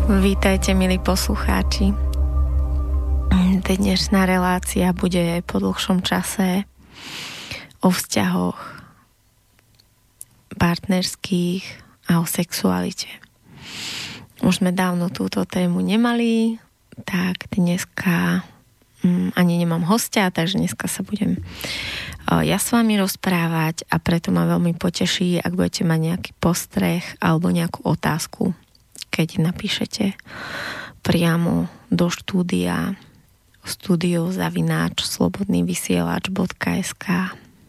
Vítajte, milí poslucháči. Dnešná relácia bude po dlhšom čase o vzťahoch partnerských a o sexualite. Už sme dávno túto tému nemali, tak dneska ani nemám hostia, takže dneska sa budem ja s vami rozprávať a preto ma veľmi poteší, ak budete mať nejaký postreh alebo nejakú otázku, keď napíšete priamo do štúdia studio@slobodnyvysielac.sk.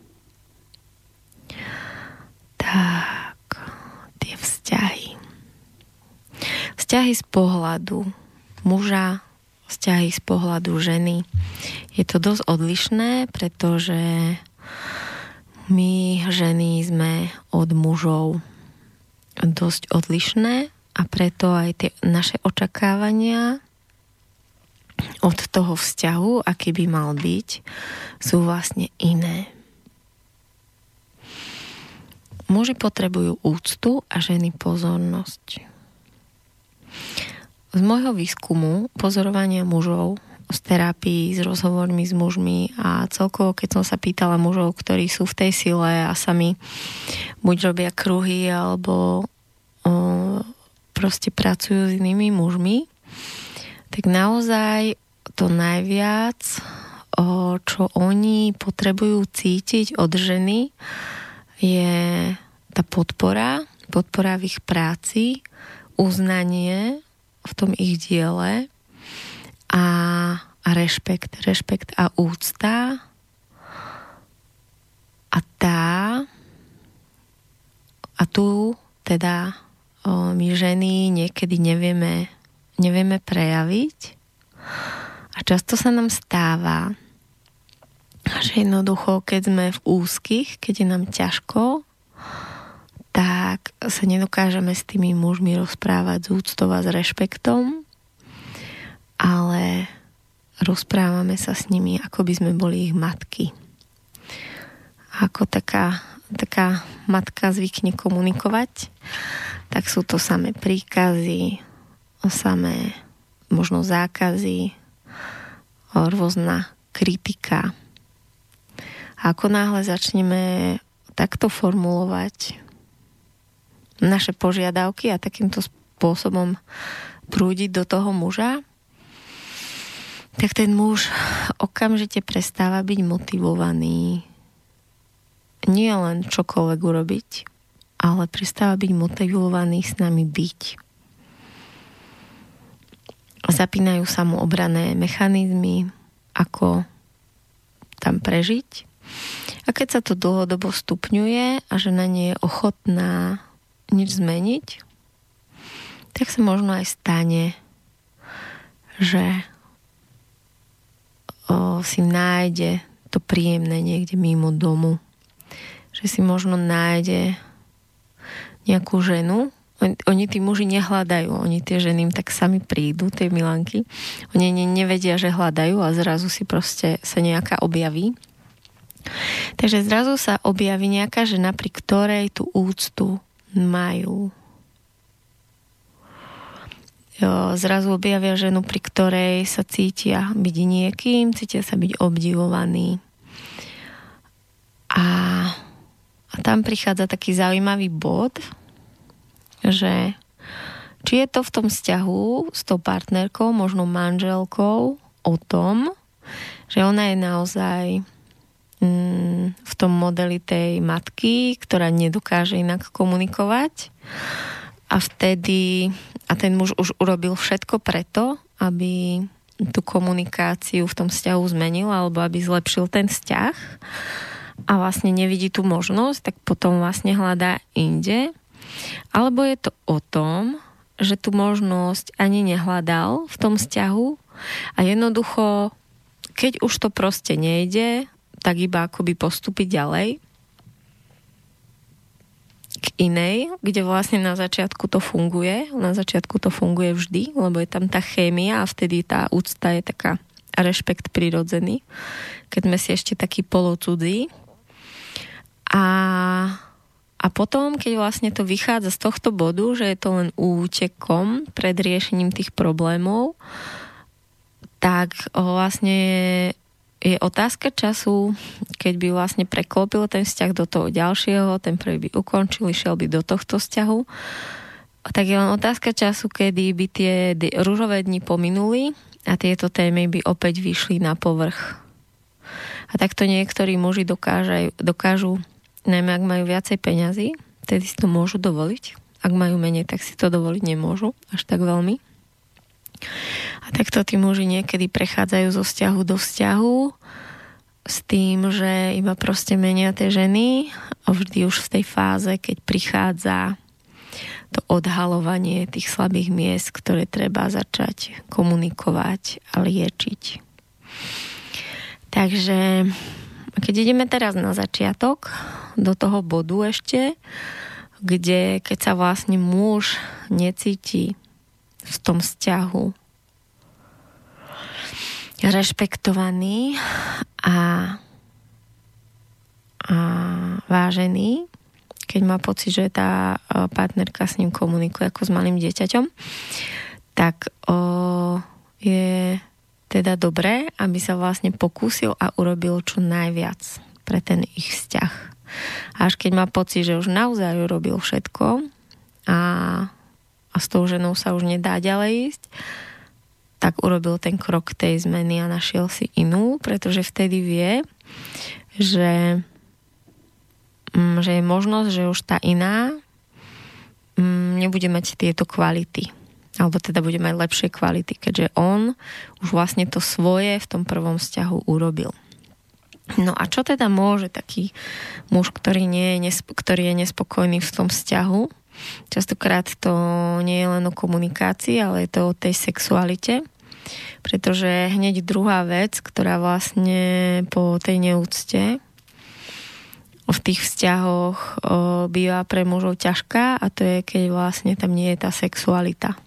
Tak, tie vzťahy. Vzťahy z pohľadu muža, vzťahy z pohľadu ženy. Je to dosť odlišné, pretože my ženy sme od mužov dosť odlišné a preto aj tie naše očakávania od toho vzťahu, aký by mal byť, sú vlastne iné. Muži potrebujú úctu a ženy pozornosť. Z môjho výskumu pozorovania mužov z terapii, s rozhovormi s mužmi a celkovo, keď som sa pýtala mužov, ktorí sú v tej sile a sami buď robia kruhy alebo proste pracujú s inými mužmi, tak naozaj to najviac, čo oni potrebujú cítiť od ženy, je tá podpora v ich práci, uznanie v tom ich diele a rešpekt a úcta a tu teda my ženy niekedy nevieme prejaviť a často sa nám stáva, že jednoducho, keď sme v úzkých, keď je nám ťažko, tak sa nedokážeme s tými mužmi rozprávať z úctou a s rešpektom, ale rozprávame sa s nimi, ako by sme boli ich matky. Ako taká matka zvykne komunikovať, tak sú to samé príkazy, samé možno zákazy, rôzna kritika. A ako náhle začneme takto formulovať naše požiadavky a takýmto spôsobom prúdiť do toho muža, tak ten muž okamžite prestáva byť motivovaný nie len čokoľvek urobiť, ale prestáva byť motivovaný s nami byť. Zapínajú sa mu obranné mechanizmy, ako tam prežiť. A keď sa to dlhodobo stupňuje a žena nie je ochotná nič zmeniť, tak sa možno aj stane, že si nájde to príjemné niekde mimo domu. Že si možno nájde nejakú ženu. Oni tí muži nehľadajú. Oni tie ženy im tak sami prídu, tie milanky. Oni nevedia, že hľadajú a zrazu si proste sa nejaká objaví. Takže zrazu sa objaví nejaká žena, pri ktorej tú úctu majú. Zrazu objavia ženu, pri ktorej sa cítia byť niekým, cítia sa byť obdivovaní. A tam prichádza taký zaujímavý bod, že či je to v tom vzťahu s tou partnerkou, možno manželkou, o tom, že ona je naozaj v tom modeli tej matky, ktorá nedokáže inak komunikovať a ten muž už urobil všetko preto, aby tú komunikáciu v tom vzťahu zmenil alebo aby zlepšil ten vzťah a vlastne nevidí tú možnosť, tak potom vlastne hľadá inde. Alebo je to o tom, že tú možnosť ani nehľadal v tom vzťahu a jednoducho, keď už to proste nejde, tak iba akoby postúpiť ďalej k inej, kde vlastne na začiatku to funguje. Na začiatku to funguje vždy, lebo je tam tá chémia a vtedy tá úcta je taká rešpekt prirodzený, keď sme si ešte taký polocudzí. A A potom, keď vlastne to vychádza z tohto bodu, že je to len útekom pred riešením tých problémov, tak vlastne je otázka času, keď by vlastne preklopil ten vzťah do toho ďalšieho, ten prvý by ukončil, išiel by do tohto vzťahu, tak je len otázka času, kedy by tie ružové dni pominuli a tieto témy by opäť vyšli na povrch. A takto niektorí muži dokážu, najmä ak majú viacej peňazí, tedy si to môžu dovoliť. Ak majú menej, tak si to dovoliť nemôžu až tak veľmi. A takto tí muži niekedy prechádzajú zo vzťahu do vzťahu s tým, že iba proste menia tie ženy a vždy už v tej fáze, keď prichádza to odhalovanie tých slabých miest, ktoré treba začať komunikovať a liečiť. Takže keď ideme teraz na začiatok, do toho bodu ešte, kde keď sa vlastne muž necíti v tom vzťahu rešpektovaný a vážený, keď má pocit, že tá partnerka s ním komunikuje ako s malým dieťaťom, tak je teda dobré, aby sa vlastne pokúsil a urobil čo najviac pre ten ich vzťah. A až keď má pocit, že už naozaj urobil všetko a s tou ženou sa už nedá ďalej ísť, tak urobil ten krok tej zmeny a našiel si inú, pretože vtedy vie, že je možnosť, že už tá iná nebude mať tieto kvality. Alebo teda bude mať lepšie kvality, keďže on už vlastne to svoje v tom prvom vzťahu urobil. No a čo teda môže taký muž, ktorý je nespokojný v tom vzťahu? Častokrát to nie je len o komunikácii, ale je to o tej sexualite. Pretože hneď druhá vec, ktorá vlastne po tej neúcte v tých vzťahoch býva pre mužov ťažká, a to je, keď vlastne tam nie je tá sexualita.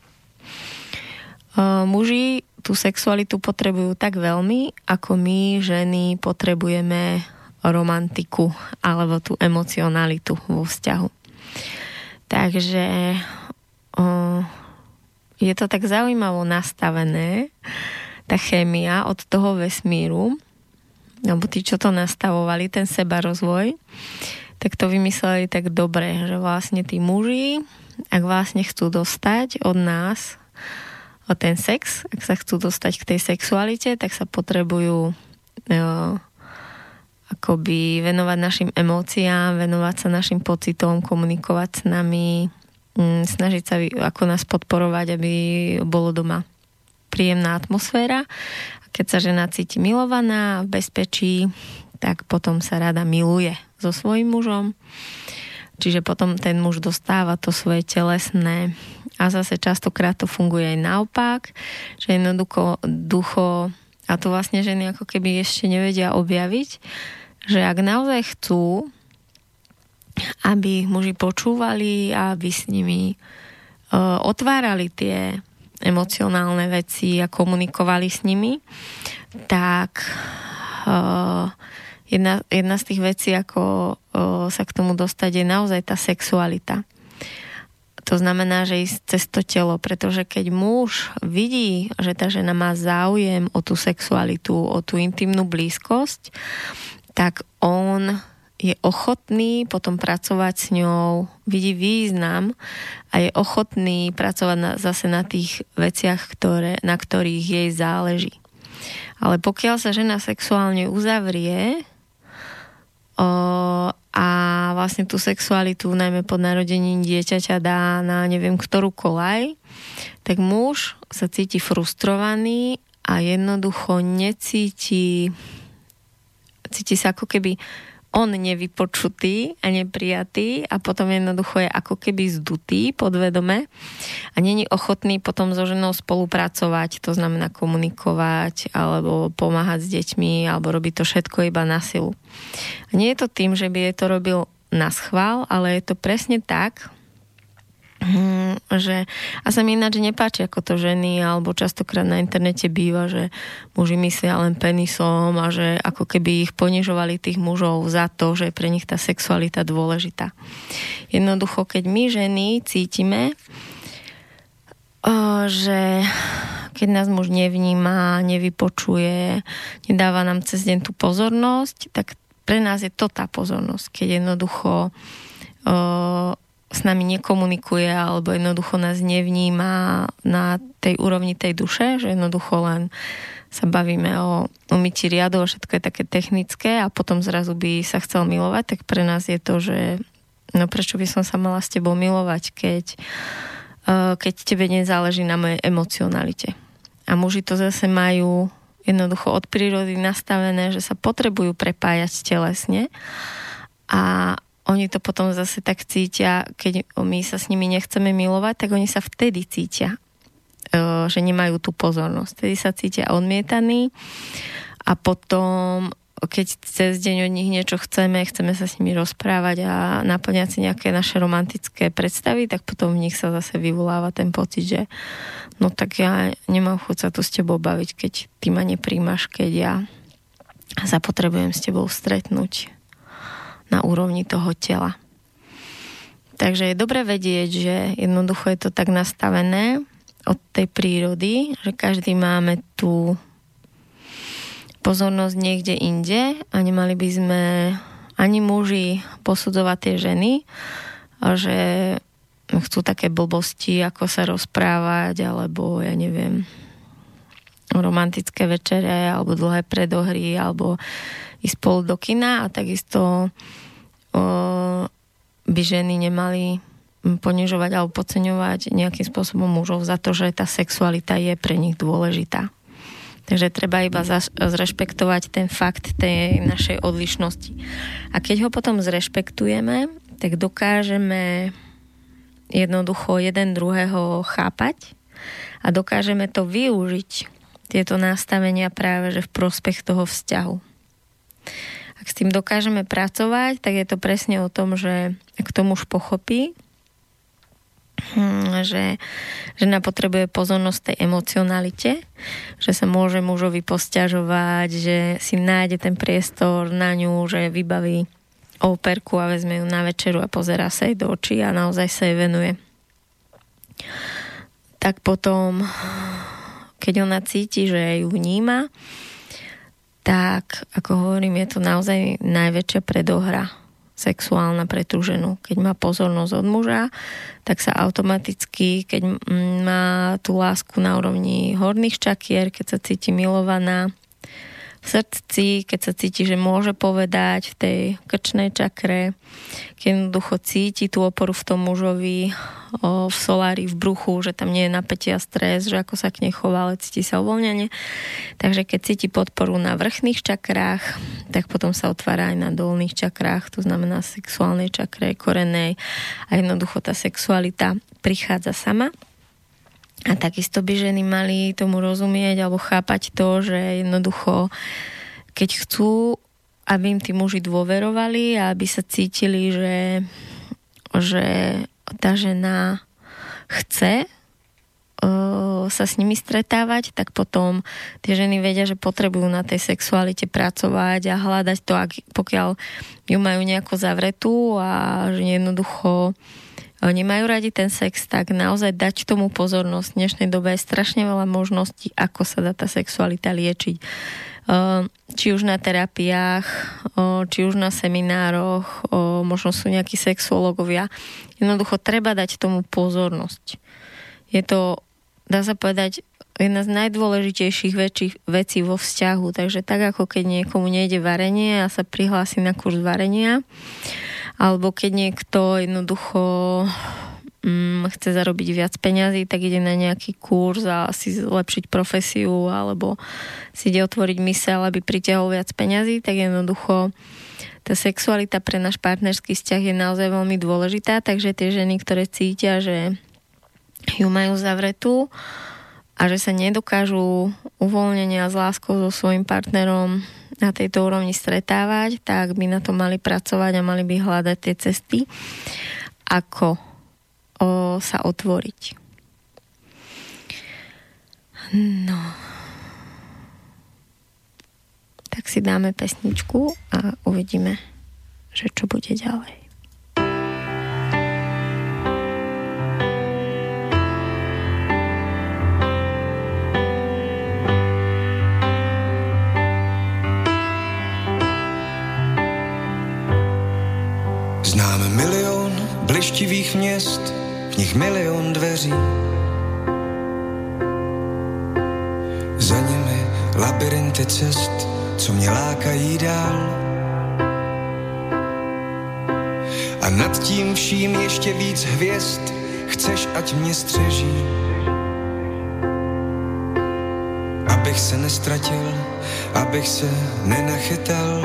Muži tú sexualitu potrebujú tak veľmi, ako my, ženy, potrebujeme romantiku alebo tú emocionalitu vo vzťahu. Takže je to tak zaujímavo nastavené, tá chémia od toho vesmíru, alebo tí, čo to nastavovali, ten sebarozvoj, tak to vymysleli tak dobre, že vlastne tí muži, ak vlastne chcú dostať od nás o ten sex, ak sa chcú dostať k tej sexualite, tak sa potrebujú akoby venovať našim emóciám, venovať sa našim pocitom, komunikovať s nami, snažiť sa ako nás podporovať, aby bolo doma príjemná atmosféra. A keď sa žena cíti milovaná, v bezpečí, tak potom sa rada miluje so svojím mužom. Čiže potom ten muž dostáva to svoje telesné. A zase častokrát to funguje aj naopak, že jednoducho ducho, a to vlastne ženy ako keby ešte nevedia objaviť, že ak naozaj chcú, aby muži počúvali a aby s nimi otvárali tie emocionálne veci a komunikovali s nimi, tak jedna z tých vecí, ako sa k tomu dostať, je naozaj tá sexualita. To znamená, že ísť cez to telo, pretože keď muž vidí, že tá žena má záujem o tú sexualitu, o tú intimnú blízkosť, tak on je ochotný potom pracovať s ňou, vidí význam a je ochotný pracovať zase na tých veciach, na ktorých jej záleží. Ale pokiaľ sa žena sexuálne uzavrie a vlastne tú sexualitu najmä po narodení dieťaťa dá na neviem ktorú koľaj, tak muž sa cíti frustrovaný a jednoducho cíti sa ako keby on nevypočutý a neprijatý a potom jednoducho je ako keby zdutý podvedome a není ochotný potom so ženou spolupracovať, to znamená komunikovať alebo pomáhať s deťmi alebo robiť to všetko iba na silu. A nie je to tým, že by je to robil naschvál, ale je to presne tak, Že, a sa mi ináč nepáči, ako to ženy, alebo častokrát na internete býva, že muži myslia len penisom a že ako keby ich ponižovali tých mužov za to, že je pre nich tá sexualita dôležitá. Jednoducho, keď my ženy cítime, že keď nás muž nevníma, nevypočuje, nedáva nám cez deň tú pozornosť, tak pre nás je to tá pozornosť. Keď jednoducho s nami nekomunikuje alebo jednoducho nás nevníma na tej úrovni tej duše, že jednoducho len sa bavíme o umytí riadov a všetko je také technické a potom zrazu by sa chcel milovať, tak pre nás je to, že no prečo by som sa mala s tebou milovať, keď tebe nezáleží na mojej emocionalite. A muži to zase majú jednoducho od prírody nastavené, že sa potrebujú prepájať telesne a oni to potom zase tak cítia, keď my sa s nimi nechceme milovať, tak oni sa vtedy cítia, že nemajú tú pozornosť. Vtedy sa cítia odmietaní a potom, keď cez deň od nich niečo chceme sa s nimi rozprávať a naplňať si nejaké naše romantické predstavy, tak potom v nich sa zase vyvoláva ten pocit, že no tak ja nemám chuť sa tu s tebou baviť, keď ty ma nepríjmaš, keď ja sa potrebujem s tebou stretnúť na úrovni toho tela. Takže je dobre vedieť, že jednoducho je to tak nastavené od tej prírody, že každý máme tú pozornosť niekde inde a nemali by sme ani muži posudzovať tie ženy, že chcú také blbosti, ako sa rozprávať, alebo ja neviem, romantické večere, alebo dlhé predohry, alebo ísť spolu do kina a takisto by ženy nemali ponižovať alebo podceňovať nejakým spôsobom mužov za to, že tá sexualita je pre nich dôležitá. Takže treba iba zrešpektovať ten fakt tej našej odlišnosti. A keď ho potom zrešpektujeme, tak dokážeme jednoducho jeden druhého chápať a dokážeme to využiť, tieto nastavenia práve že v prospech toho vzťahu. Ak s tým dokážeme pracovať, tak je to presne o tom, že ak to muž pochopí, že žena potrebuje pozornosť tej emocionalite, že sa môže mužovi posťažovať, že si nájde ten priestor na ňu, že vybaví óperku a vezme ju na večeru a pozerá sa jej do očí a naozaj sa jej venuje. Tak potom, keď ona cíti, že ju vníma, tak, ako hovorím, je to naozaj najväčšia predohra sexuálna pre tú ženu. Keď má pozornosť od muža, tak sa automaticky, keď má tú lásku na úrovni horných čakier, keď sa cíti milovaná v srdci, keď sa cíti, že môže povedať v tej krčnej čakre, keď jednoducho cíti tú oporu v tom mužovi, v solári, v bruchu, že tam nie je napätie a stres, že ako sa k nej chová, ale cíti sa uvoľnenie. Takže keď cíti podporu na vrchných čakrách, tak potom sa otvára aj na dolných čakrách, to znamená sexuálnej čakre, korenej a jednoducho tá sexualita prichádza sama. A takisto by ženy mali tomu rozumieť alebo chápať to, že jednoducho, keď chcú, aby im tí muži dôverovali a aby sa cítili, že tá žena chce sa s nimi stretávať, tak potom tie ženy vedia, že potrebujú na tej sexualite pracovať a hľadať to, pokiaľ ju majú nejako zavretú a že jednoducho nemajú radi ten sex, tak naozaj dať tomu pozornosť. V dnešnej dobe je strašne veľa možností, ako sa dá tá sexualita liečiť. Či už na terapiách, či už na seminároch, možno sú nejakí sexuológovia. Jednoducho treba dať tomu pozornosť. Je to, dá sa povedať, jedna z najdôležitejších vecí vo vzťahu. Takže tak, ako keď niekomu nejde varenie a sa prihlási na kurz varenia, alebo keď niekto jednoducho chce zarobiť viac peňazí, tak ide na nejaký kurz a si zlepšiť profesiu, alebo si ide otvoriť myseľ, aby pritiahol viac peňazí, tak jednoducho tá sexualita pre náš partnerský vzťah je naozaj veľmi dôležitá, takže tie ženy, ktoré cítia, že ju majú zavretú a že sa nedokážu uvoľnenia s láskou so svojím partnerom na tejto úrovni stretávať, tak by na to mali pracovať a mali by hľadať tie cesty, ako sa otvoriť. No. Tak si dáme pesničku a uvidíme, že čo bude ďalej. Známe milion blištivých měst, v nich milion dveří. Za nimi labirinty cest, co mě lákají dál. A nad tím vším ještě víc hvězd, chceš, ať mě střeží. Abych se nestratil, abych se nenachytal.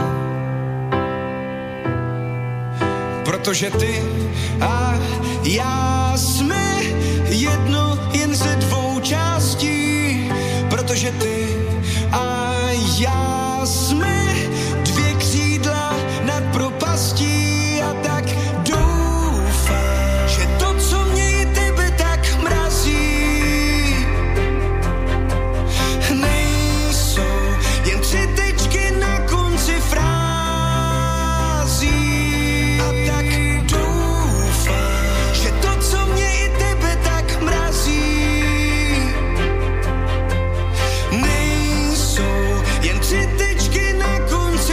Protože ty a já jsme jedno jen ze dvou částí. Protože ty a já jsme dvě křídla nad propastí. A tak doufám, že to, co mě i tebe tak mrazí, nejsou jen tři tečky na konci frází. A tak doufám, že to, co mě i tebe tak mrazí, nejsou jen tři tečky na konci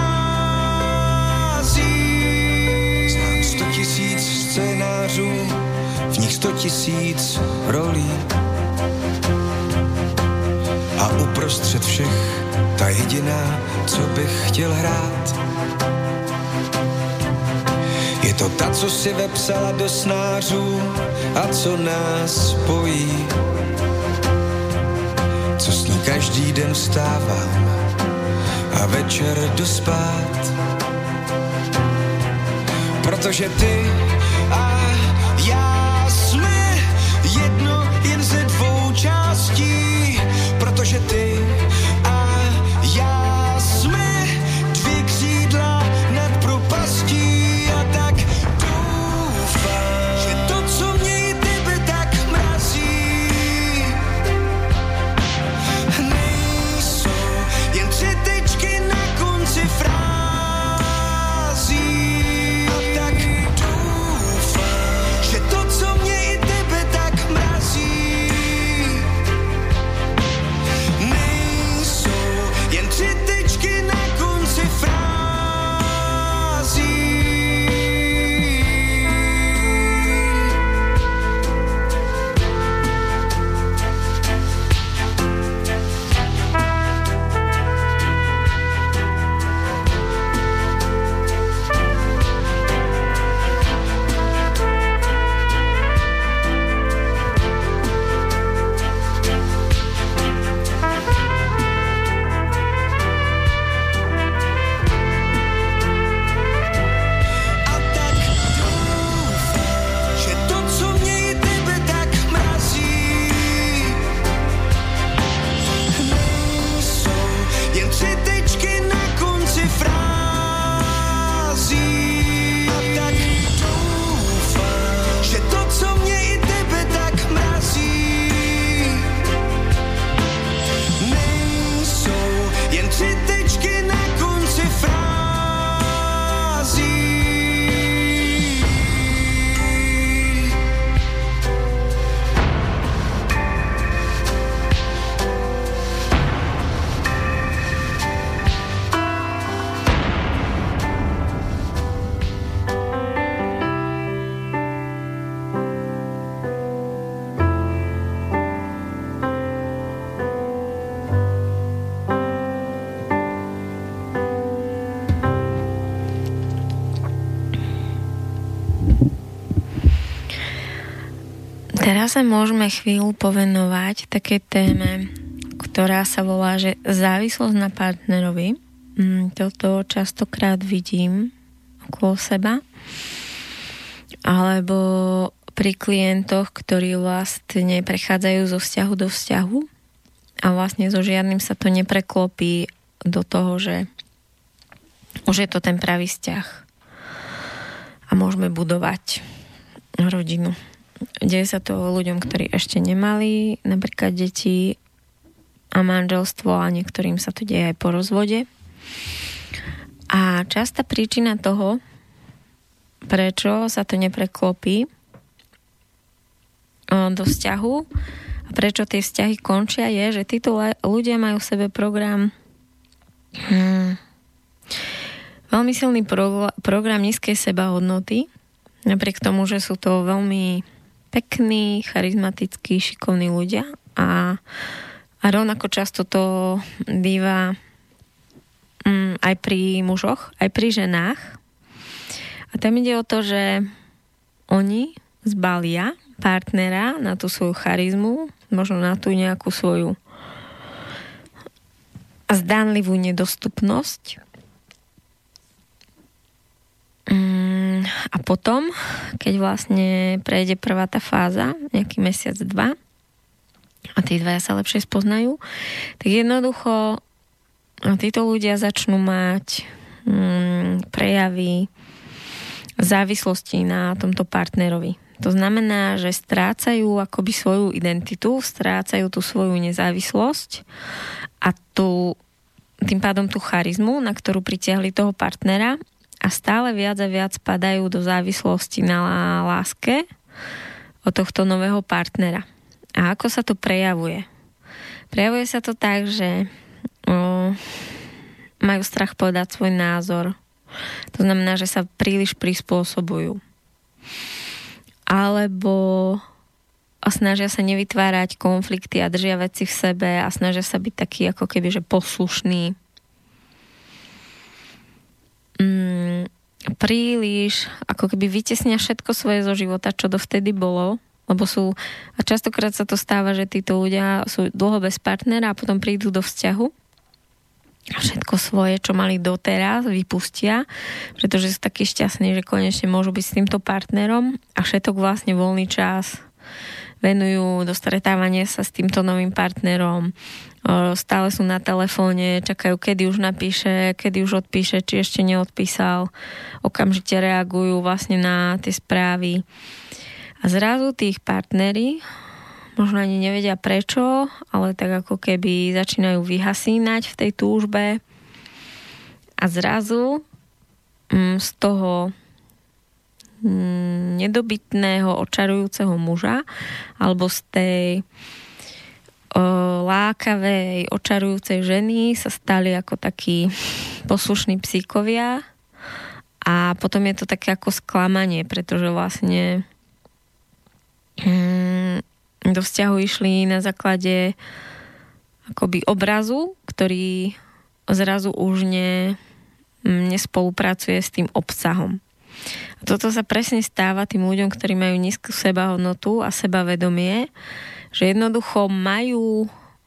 frází. Znám 100 000 scénářů, v nich 100 000 rolí. A uprostřed všech ta jediná, co bych chtěl hrát, je to ta, co si vepsala do snářů a co nás spojí. Co s ní každý den vstávám a večer jdu spát. Protože ty a já jsme jedno jen ze dvou částí. Protože ty a já jsme dvě křídla nad propastí. A tak doufám, že to, co mě i tebe tak mrazí, nejsou jen tři tečky na konci frází. A tak doufám, že to, co mě i tebe tak mrazí, nejsou jen tři tečky na konci frází. Teraz sa môžeme chvíľu povenovať také téme, ktorá sa volá, že závislosť na partnerovi. Toto častokrát vidím okolo seba. Alebo pri klientoch, ktorí vlastne prechádzajú zo vzťahu do vzťahu a vlastne so žiadnym sa to nepreklopí do toho, že už je to ten pravý vzťah a môžeme budovať rodinu. Deje sa to ľuďom, ktorí ešte nemali napríklad deti a manželstvo, a niektorým sa to deje aj po rozvode. A častá príčina toho, prečo sa to nepreklopí do vzťahu a prečo tie vzťahy končia, je, že títo ľudia majú v sebe program veľmi silný program nízkej sebahodnoty, napriek tomu, že sú to veľmi pekní, charizmatickí, šikovní ľudia a rovnako často to býva aj pri mužoch, aj pri ženách. A tam ide o to, že oni zbalia partnera na tú svoju charizmu, možno na tú nejakú svoju zdánlivú nedostupnosť. A potom, keď vlastne prejde prvá tá fáza, nejaký mesiac, dva, a tí dvaja sa lepšie spoznajú, tak jednoducho títo ľudia začnú mať prejavy závislosti na tomto partnerovi. To znamená, že strácajú akoby svoju identitu, strácajú tú svoju nezávislosť a tým pádom tú charizmu, na ktorú pritiahli toho partnera, a stále viac a viac padajú do závislosti na láske od tohto nového partnera. A ako sa to prejavuje? Prejavuje sa to tak, že majú strach povedať svoj názor. To znamená, že sa príliš prispôsobujú. Alebo snažia sa nevytvárať konflikty a držia veci v sebe a snažia sa byť taký ako keby, že poslušný. Príliš ako keby vytesnia všetko svoje zo života, čo dovtedy bolo, lebo a častokrát sa to stáva, že títo ľudia sú dlho bez partnera a potom prídu do vzťahu a všetko svoje, čo mali doteraz, vypustia, pretože sú takí šťastní, že konečne môžu byť s týmto partnerom a všetok vlastne voľný čas venujú do stretávania sa s týmto novým partnerom. Stále sú na telefóne, čakajú, kedy už napíše, kedy už odpíše, či ešte neodpísal. Okamžite reagujú vlastne na tie správy. A zrazu tých partneri možno ani nevedia prečo, ale tak ako keby začínajú vyhasínať v tej túžbe. A zrazu z toho nedobytného, očarujúceho muža alebo z tej lákavej, očarujúcej ženy sa stali ako takí poslušní psíkovia a potom je to také ako sklamanie, pretože vlastne do vzťahu išli na základe akoby obrazu, ktorý zrazu už nespolupracuje s tým obsahom. A toto sa presne stáva tým ľuďom, ktorí majú nízku sebahodnotu a sebavedomie, že jednoducho majú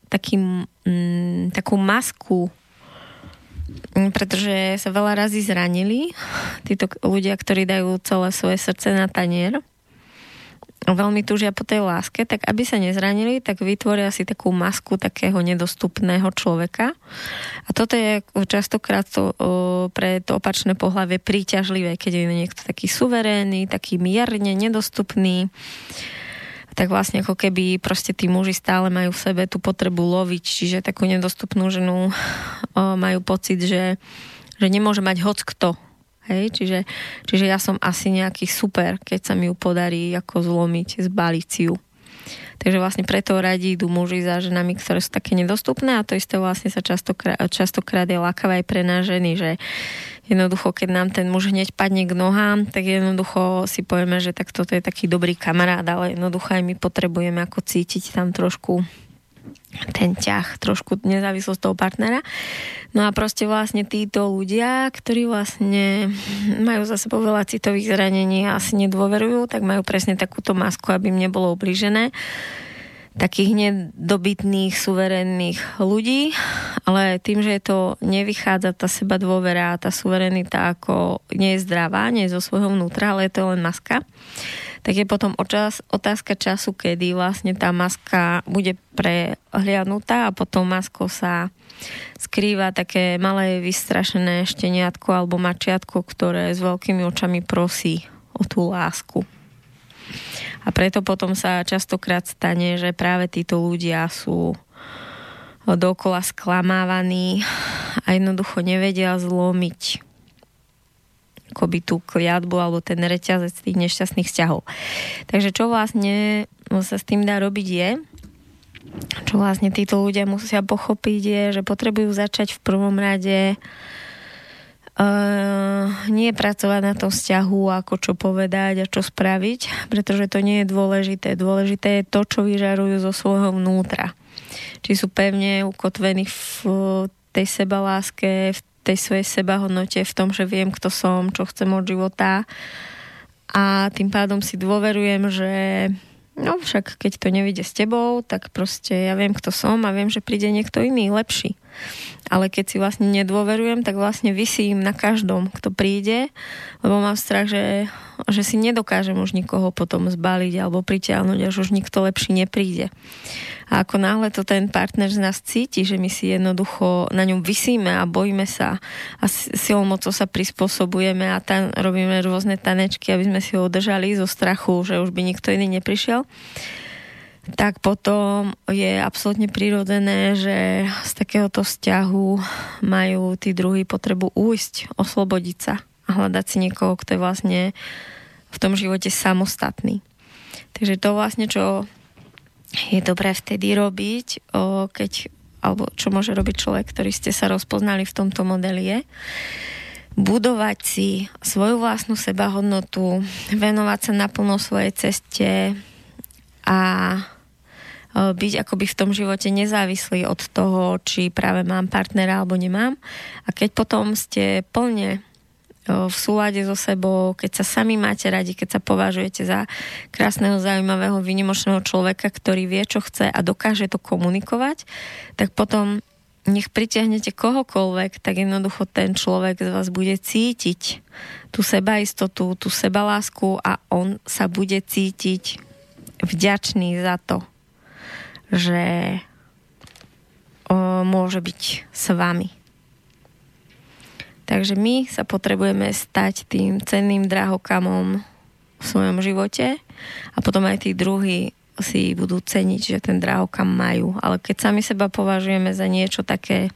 takú masku, pretože sa veľa razy zranili. Títo ľudia, ktorí dajú celé svoje srdce na tanier, veľmi túžia po tej láske, tak aby sa nezranili, tak vytvoria si takú masku takého nedostupného človeka. A toto je častokrát pre to opačné pohlavie príťažlivé, keď je niekto taký suverénny, taký mierne nedostupný, tak vlastne ako keby proste tí muži stále majú v sebe tú potrebu loviť, čiže takú nedostupnú ženu majú pocit, že nemôže mať hockto. Hej, čiže ja som asi nejaký super, keď sa mi ju podarí ako zlomiť, zbaliť si ju. Takže vlastne preto radi idú muži za ženami, ktoré sú také nedostupné a to isté vlastne sa častokrát je lákavé aj pre nás ženy, že jednoducho, keď nám ten muž hneď padne k nohám, tak jednoducho si povieme, že tak toto je taký dobrý kamarát, ale jednoducho aj my potrebujeme ako cítiť tam trošku ten ťah, trošku nezávislosť toho partnera. No a proste vlastne títo ľudia, ktorí vlastne majú za sebou veľa citových zranení a asi nedôverujú, tak majú presne takúto masku, aby im nebolo ublížené. Takých nedobytných, suverénnych ľudí, ale tým, že to nevychádza tá seba dôvera, tá suverenita ako nie je zdravá, nie je zo svojho vnútra, ale je to len maska, tak je potom otázka času, kedy vlastne tá maska bude prehliadnutá a potom maskou sa skrýva také malé vystrašené šteniatko alebo mačiatko, ktoré s veľkými očami prosí o tú lásku. A A preto potom sa častokrát stane, že práve títo ľudia sú dookola sklamávaní a jednoducho nevedia zlomiť akoby tú kliatbu alebo ten reťazec tých nešťastných vzťahov. Takže čo vlastne sa s tým dá robiť je, čo vlastne títo ľudia musia pochopiť je, že potrebujú začať v prvom rade nie pracovať na tom vzťahu, ako čo povedať a čo spraviť, pretože to nie je dôležité. Dôležité je to, čo vyžarujú zo svojho vnútra. Či sú pevne ukotvení v tej sebaláske, v tej svojej sebahodnote, v tom, že viem, kto som, čo chcem od života a tým pádom si dôverujem, že no však keď to nevíde s tebou, tak proste ja viem, kto som a viem, že príde niekto iný, lepší. Ale keď si vlastne nedôverujem, tak vlastne visím na každom, kto príde, lebo mám strach, že si nedokážem už nikoho potom zbaliť alebo pritiahnuť, až už nikto lepší nepríde. A ako náhle to ten partner z nás cíti, že my si jednoducho na ňom visíme a bojíme sa a silou mocou sa prispôsobujeme a robíme rôzne tanečky, aby sme si ho udržali zo strachu, že už by nikto iný neprišiel, tak potom je absolútne prirodzené, že z takéhoto vzťahu majú tí druhí potrebu újsť, oslobodiť sa a hľadať si niekoho, kto je vlastne v tom živote samostatný. Takže to vlastne, čo je dobré vtedy robiť, alebo čo môže robiť človek, ktorý ste sa rozpoznali v tomto modeli, je budovať si svoju vlastnú sebahodnotu, venovať sa naplno svojej ceste a byť akoby v tom živote nezávislý od toho, či práve mám partnera alebo nemám. A keď potom ste plne v súlade so sebou, keď sa sami máte radi, keď sa považujete za krásneho, zaujímavého, výnimočného človeka, ktorý vie, čo chce a dokáže to komunikovať, tak potom nech pritiahnete kohokoľvek, tak jednoducho ten človek z vás bude cítiť tú sebaistotu, tú sebalásku a on sa bude cítiť vďačný za to, že môže byť s vami. Takže my sa potrebujeme stať tým cenným drahokamom v svojom živote a potom aj tí druhí si budú ceniť, že ten drahokam majú. Ale keď sami seba považujeme za niečo také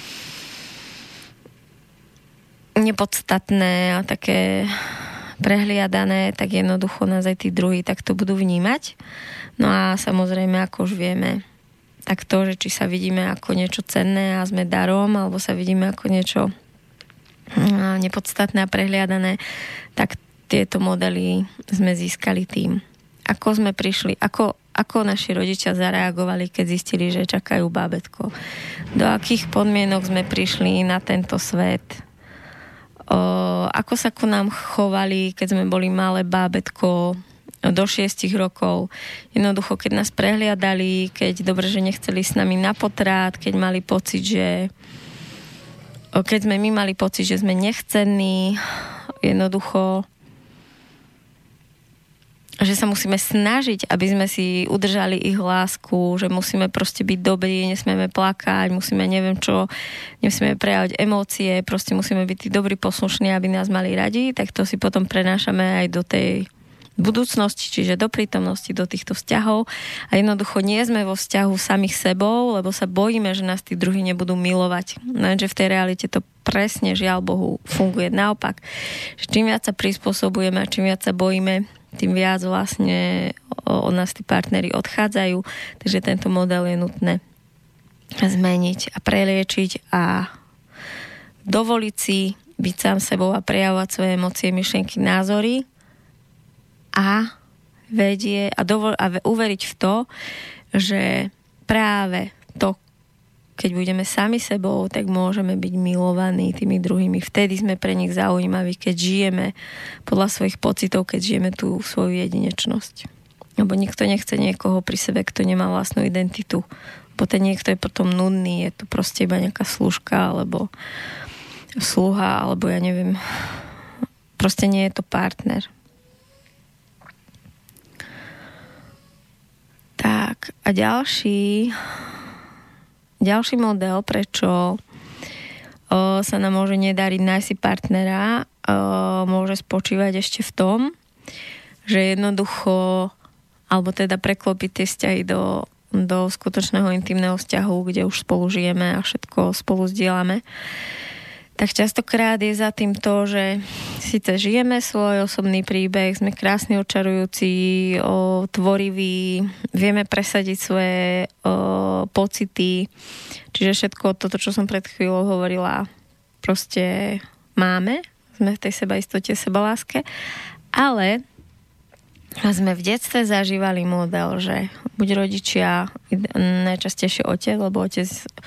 nepodstatné a také prehliadané, tak jednoducho nás aj tí druhí takto budú vnímať. No a samozrejme, ako už vieme, tak to, že či sa vidíme ako niečo cenné a sme darom, alebo sa vidíme ako niečo nepodstatné a prehliadané, tak tieto modely sme získali tým. Ako sme prišli, ako naši rodičia zareagovali, keď zistili, že čakajú bábätko. Do akých podmienok sme prišli na tento svet. Ako sa ku nám chovali, keď sme boli malé bábätko do 6 rokov. Jednoducho, keď nás prehliadali, keď dobre, že nechceli s nami na potrat, keď mali pocit, že keď sme my mali pocit, že sme nechcenní, jednoducho, že sa musíme snažiť, aby sme si udržali ich lásku, že musíme proste byť dobrí, nesmieme plakať, musíme neviem čo, nesmieme prejavať emócie, proste musíme byť tí dobrí poslušní, aby nás mali radi, tak to si potom prenášame aj do tej budúcnosti, čiže do prítomnosti, do týchto vzťahov a jednoducho nie sme vo vzťahu samých sebou, lebo sa bojíme, že nás tí druhí nebudú milovať. Lenže v tej realite to presne, žiaľ Bohu, funguje naopak. Že čím viac sa prispôsobujeme a čím viac sa bojíme, tým viac vlastne od nás tí partneri odchádzajú, takže tento model je nutné zmeniť a preliečiť a dovoliť si byť sám sebou a prejavovať svoje emócie, myšlienky, názory a uveriť v to, že práve to, keď budeme sami sebou, tak môžeme byť milovaní tými druhými. Vtedy sme pre nich zaujímaví, keď žijeme podľa svojich pocitov, keď žijeme tú svoju jedinečnosť. Lebo nikto nechce niekoho pri sebe, kto nemá vlastnú identitu. Bo ten niekto je potom nudný, je to proste iba nejaká služka, alebo sluha, alebo ja neviem. Proste nie je to partner. Tak, a ďalší model, prečo sa nám môže nedariť nájsť si partnera, môže spočívať ešte v tom, že jednoducho alebo teda preklopiť tie vzťahy do skutočného intimného vzťahu, kde už spolu žijeme a všetko spolu zdieľame, tak častokrát je za tým to, že síce žijeme svoj osobný príbeh, sme krásni, očarujúci, tvoriví, vieme presadiť svoje pocity, čiže všetko toto, čo som pred chvíľou hovorila, proste máme, sme v tej sebaistote, sebaláske, ale sme v detstve zažívali model, že buď rodičia, najčastejšie otec, lebo otec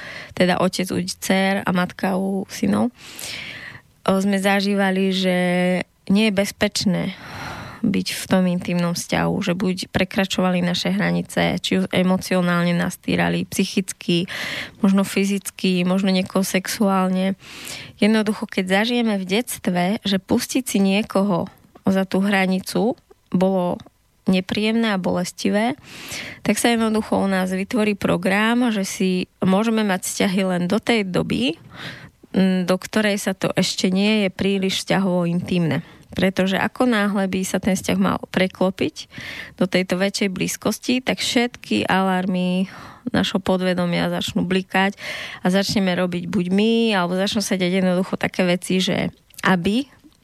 u dcér a matka u synov, sme zažívali, že nie je bezpečné byť v tom intimnom vzťahu, že buď prekračovali naše hranice, či už emocionálne nás týrali, psychicky, možno fyzicky, možno niekoho sexuálne. Jednoducho, keď zažijeme v detstve, že pustiť si niekoho za tú hranicu bolo nepríjemné a bolestivé, tak sa jednoducho u nás vytvorí program, že si môžeme mať vzťahy len do tej doby, do ktorej sa to ešte nie je príliš vzťahovo intimné. Pretože ako náhle by sa ten vzťah mal preklopiť do tejto väčšej blízkosti, tak všetky alarmy našho podvedomia začnú blikať a začneme robiť buď my, alebo začnú sa diať jednoducho také veci, že aby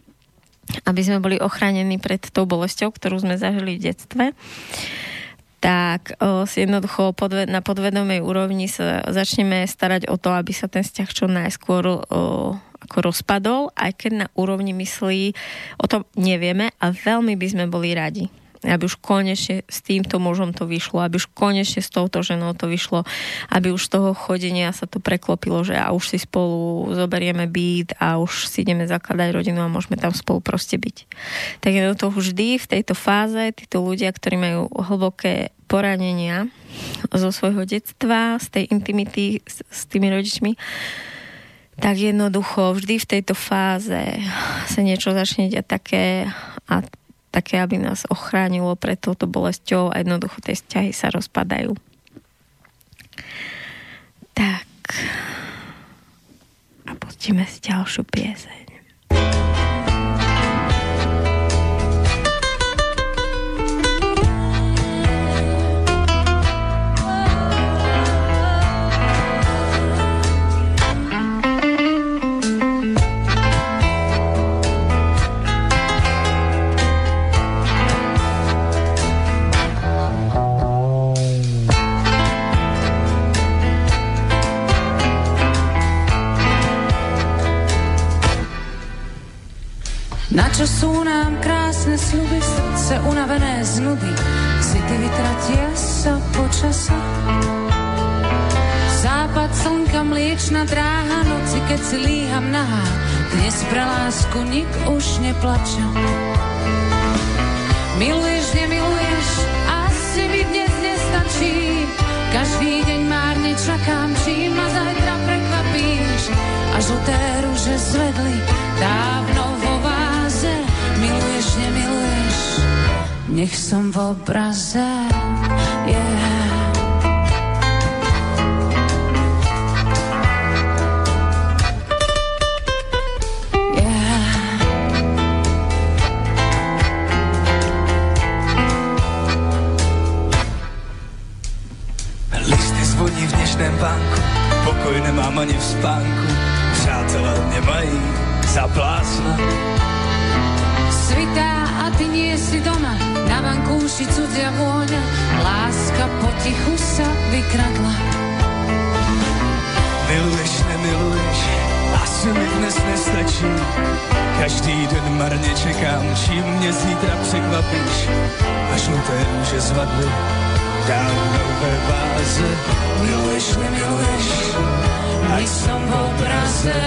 sme boli ochránení pred tou bolesťou, ktorú sme zažili v detstve, tak jednoducho na podvedomej úrovni sa začneme starať o to, aby sa ten vzťah čo najskôr ako rozpadol, aj keď na úrovni myslí o tom nevieme a veľmi by sme boli radi, aby už konečne s týmto mužom to vyšlo, aby už konečne s touto ženou to vyšlo, aby už z toho chodenia sa to preklopilo, že a už si spolu zoberieme byt a už si ideme zakladať rodinu a môžeme tam spolu proste byť. Tak je to vždy v tejto fáze títo ľudia, ktorí majú hlboké poranenia zo svojho detstva, z tej intimity s tými rodičmi, tak jednoducho vždy v tejto fáze sa niečo začne diať také, aby nás ochránilo pred touto bolesťou a jednoducho tie vzťahy sa rozpadajú. Tak. A pustíme si ďalšiu pieseň. Na čo sú nám krásne sľuby, srdce unavené z nudy, city vytratia sa počasa. Západ slnka, mliečna dráha, noci, keď si líham nahá, dnes pre lásku nik už neplače. Miluješ, nemiluješ, asi mi dnes nestačí, každý deň márne čakám, čím ma zajtra prekvapíš, a žlté ruže zvedli dávno vo váze. Miluješ, nemiluješ, nech som v obraze, yeah. Listy zvoní v dnešním vánku, pokoj nemám ani v spánku, přátelé mě mají za blázna. Svitá a ty nie si doma, na vankúši cudzia vôňa, láska potichu sa vykradla. Miluješ, nemiluješ, asi mi dnes nestačí, každý den marně čekám, čím mě zítra překvapíš, a žluté růže zvadly dávno ve váze. Miluješ, nemiluješ, ať som v obraze.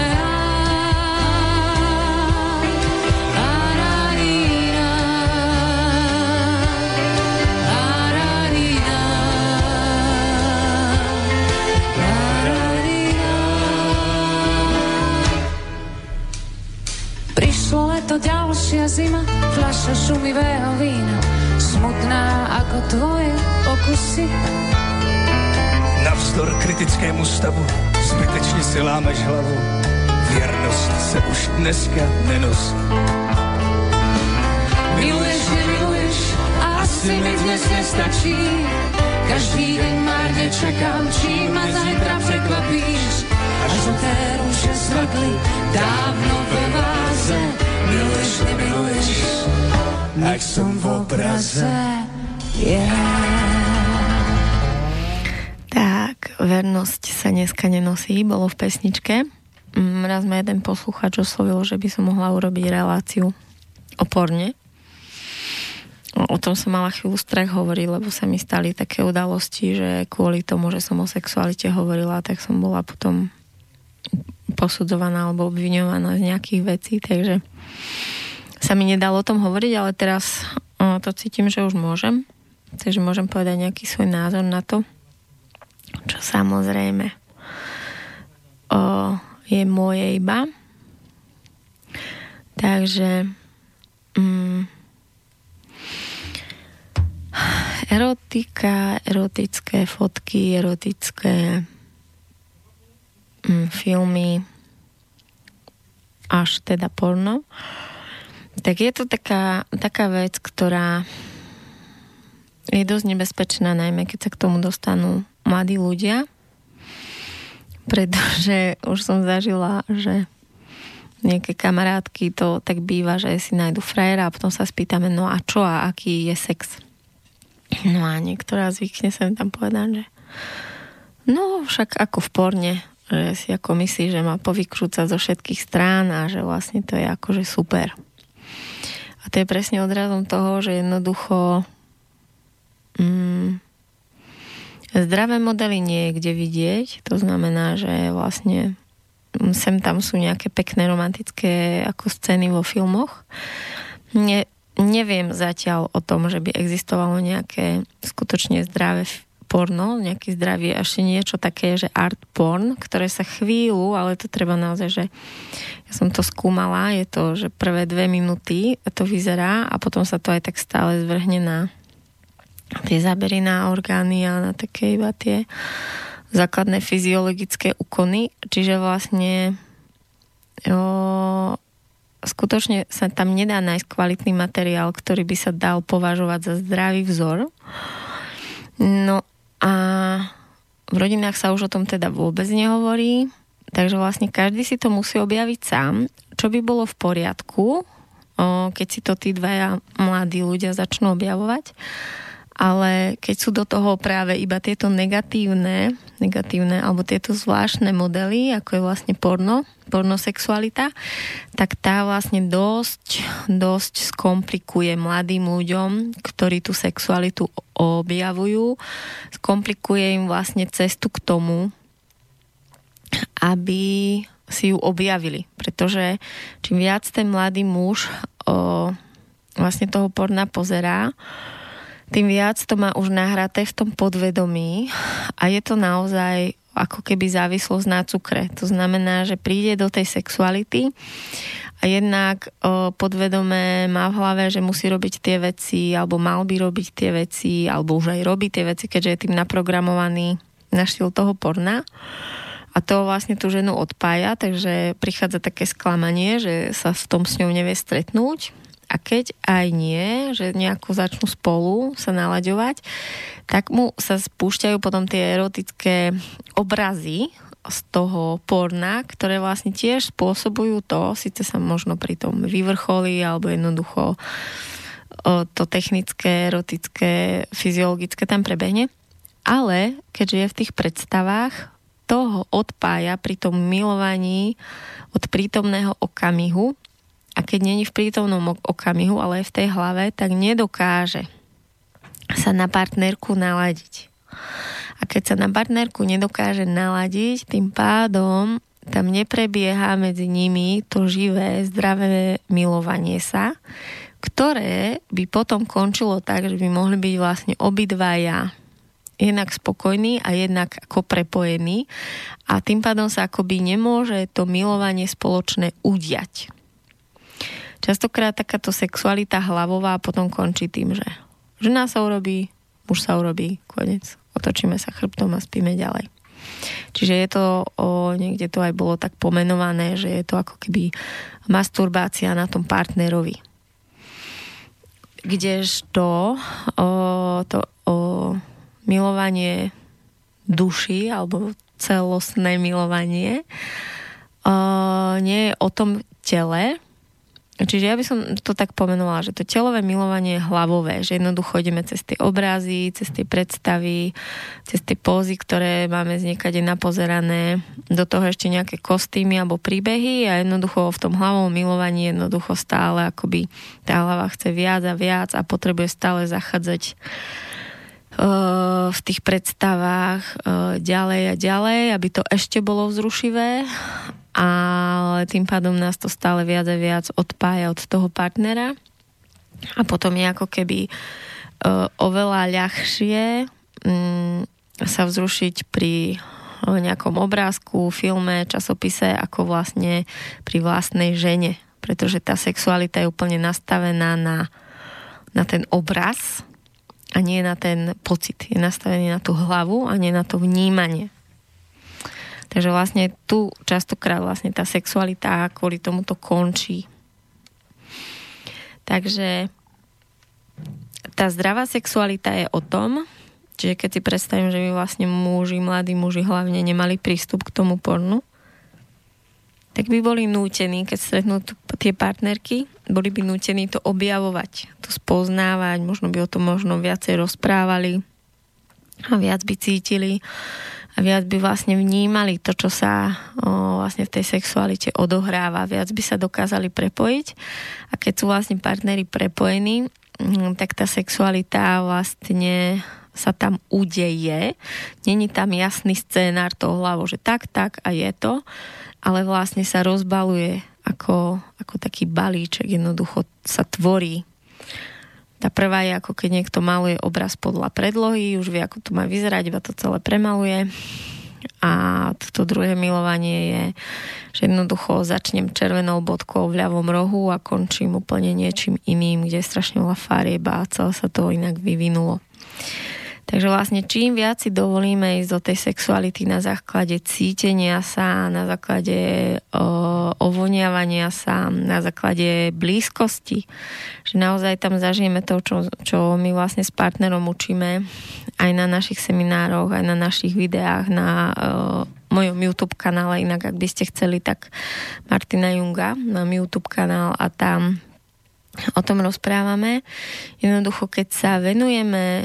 Prišlo leto, ďalšia zima, fľaša šumivého vína, smutná ako tvoje pokusy. Navzdor kritickému stavu zbytečně si lámeš hlavu, věrnost se už dneska nenosí. Miluješ, nemiluješ, asi mi dnes dnes nestačí. Každý deň márne čakám, čím ma zajtra prekvapíš. Až žlté rúže zvadli dávno ve váze. Miluješ, nemiluješ, ak som v obraze. Tak, vernosť sa dneska nenosí, bolo v pesničke. Raz ma jeden posluchač oslovil, že by som mohla urobiť reláciu o porne. O tom som mala chvíľu strach hovoriť, lebo sa mi stali také udalosti, že kvôli tomu, že som o sexualite hovorila, tak som bola potom posudzovaná alebo obviňovaná z nejakých vecí, takže sa mi nedalo o tom hovoriť, ale teraz to cítim, že už môžem. Takže môžem povedať nejaký svoj názor na to, čo samozrejme je moje iba. Takže erotika, erotické fotky, erotické filmy, až teda porno. Tak je to taká vec, ktorá je dosť nebezpečná, najmä keď sa k tomu dostanú mladí ľudia, pretože už som zažila, že nejaké kamarátky to tak býva, že si nájdu frajera a potom sa spýtame, no a čo a aký je sex? No a niektorá zvykne sa mi tam povedať, že no však ako v porne, že si ako myslí, že má povykrúcať zo všetkých strán a že vlastne to je akože super. A to je presne odrazom toho, že jednoducho zdravé modely nie je kde vidieť. To znamená, že vlastne sem tam sú nejaké pekné romantické ako scény vo filmoch. Neviem zatiaľ o tom, že by existovalo nejaké skutočne zdravé porno, nejaký zdravý, ešte niečo také, že art porn, ktoré sa chvíľu, ale to treba naozaj, že ja som to skúmala, je to, že prvé 2 minúty to vyzerá a potom sa to aj tak stále zvrhne na tie zábery na orgány a na také iba tie základné fyziologické úkony. Čiže vlastne skutočne sa tam nedá nájsť kvalitný materiál, ktorý by sa dal považovať za zdravý vzor. No a v rodinách sa už o tom teda vôbec nehovorí, takže vlastne každý si to musí objaviť sám, čo by bolo v poriadku, keď si to tí dvaja mladí ľudia začnú objavovať. Ale keď sú do toho práve iba tieto negatívne alebo tieto zvláštne modely, ako je vlastne pornosexualita, tak tá vlastne dosť skomplikuje mladým ľuďom, ktorí tú sexualitu objavujú, skomplikuje im vlastne cestu k tomu, aby si ju objavili. Pretože čím viac ten mladý muž vlastne toho porna pozerá, tým viac to má už nahraté v tom podvedomí a je to naozaj ako keby závislosť na cukre. To znamená, že príde do tej sexuality a jednak podvedome má v hlave, že musí robiť tie veci alebo mal by robiť tie veci alebo už aj robí tie veci, keďže je tým naprogramovaný na štýl toho porna. A to vlastne tú ženu odpája, takže prichádza také sklamanie, že sa v tom s ňou nevie stretnúť. A keď aj nie, že nejako začnú spolu sa nalaďovať, tak mu sa spúšťajú potom tie erotické obrazy z toho porna, ktoré vlastne tiež spôsobujú to, síce sa možno pri tom vyvrcholí, alebo jednoducho to technické, erotické, fyziologické tam prebehne. Ale keďže je v tých predstavách, toho odpája pri tom milovaní od prítomného okamihu. A keď není v prítomnom okamihu, ale je v tej hlave, tak nedokáže sa na partnerku naladiť. A keď sa na partnerku nedokáže naladiť, tým pádom tam neprebieha medzi nimi to živé, zdravé milovanie sa, ktoré by potom končilo tak, že by mohli byť vlastne obidvaja jednak spokojní a jednak ako prepojení a tým pádom sa akoby nemôže to milovanie spoločné udiať. Častokrát takáto sexualita hlavová potom končí tým, že žena sa urobí, muž sa urobí, koniec. Otočíme sa chrbtom a spíme ďalej. Čiže je to, niekde to aj bolo tak pomenované, že je to ako keby masturbácia na tom partnerovi. kdežto milovanie duši alebo celostné milovanie nie je o tom tele. Čiže ja by som to tak pomenovala, že to telové milovanie je hlavové, že jednoducho ideme cez tie obrazy, cez tie predstavy, cez tie pózy, ktoré máme niekade napozerané, do toho ešte nejaké kostýmy alebo príbehy a jednoducho v tom hlavovom milovaní jednoducho stále akoby tá hlava chce viac a viac a potrebuje stále zachádzať v tých predstavách ďalej a ďalej, aby to ešte bolo vzrušivé, ale tým pádom nás to stále viac a viac odpája od toho partnera a potom je ako keby oveľa ľahšie sa vzrušiť pri nejakom obrázku, filme, časopise ako vlastne pri vlastnej žene, pretože tá sexualita je úplne nastavená na ten obraz a nie na ten pocit. Je nastavený na tú hlavu a nie na to vnímanie. Takže vlastne tu častokrát vlastne tá sexualita kvôli tomu to končí. Takže tá zdravá sexualita je o tom, čiže keď si predstavím, že by vlastne mladí muži hlavne nemali prístup k tomu pornu, tak by boli nútení, keď stretnú tie partnerky, boli by nútení to objavovať, to spoznávať, možno by o tom viacej rozprávali a viac by cítili a viac by vlastne vnímali to, čo sa vlastne v tej sexualite odohráva, viac by sa dokázali prepojiť a keď sú vlastne partneri prepojení, tak tá sexualita vlastne sa tam udeje. Není tam jasný scénár toho hlavou, že tak a je to, ale vlastne sa rozbaluje ako taký balíček, jednoducho sa tvorí. Tá prvá je ako keď niekto maluje obraz podľa predlohy, už vie, ako to má vyzerať, iba to celé premaluje. A to druhé milovanie je, že jednoducho začnem červenou bodkou v ľavom rohu a končím úplne niečím iným, kde je strašne veľa farieb a celé sa to inak vyvinulo. Takže vlastne čím viac si dovolíme ísť do tej sexuality na základe cítenia sa, na základe ovoniavania sa, na základe blízkosti, že naozaj tam zažijeme to, čo my vlastne s partnerom učíme aj na našich seminároch, aj na našich videách, na mojom YouTube kanále, inak ak by ste chceli, tak Martina Junga, mám YouTube kanál a tam o tom rozprávame. Jednoducho, keď sa venujeme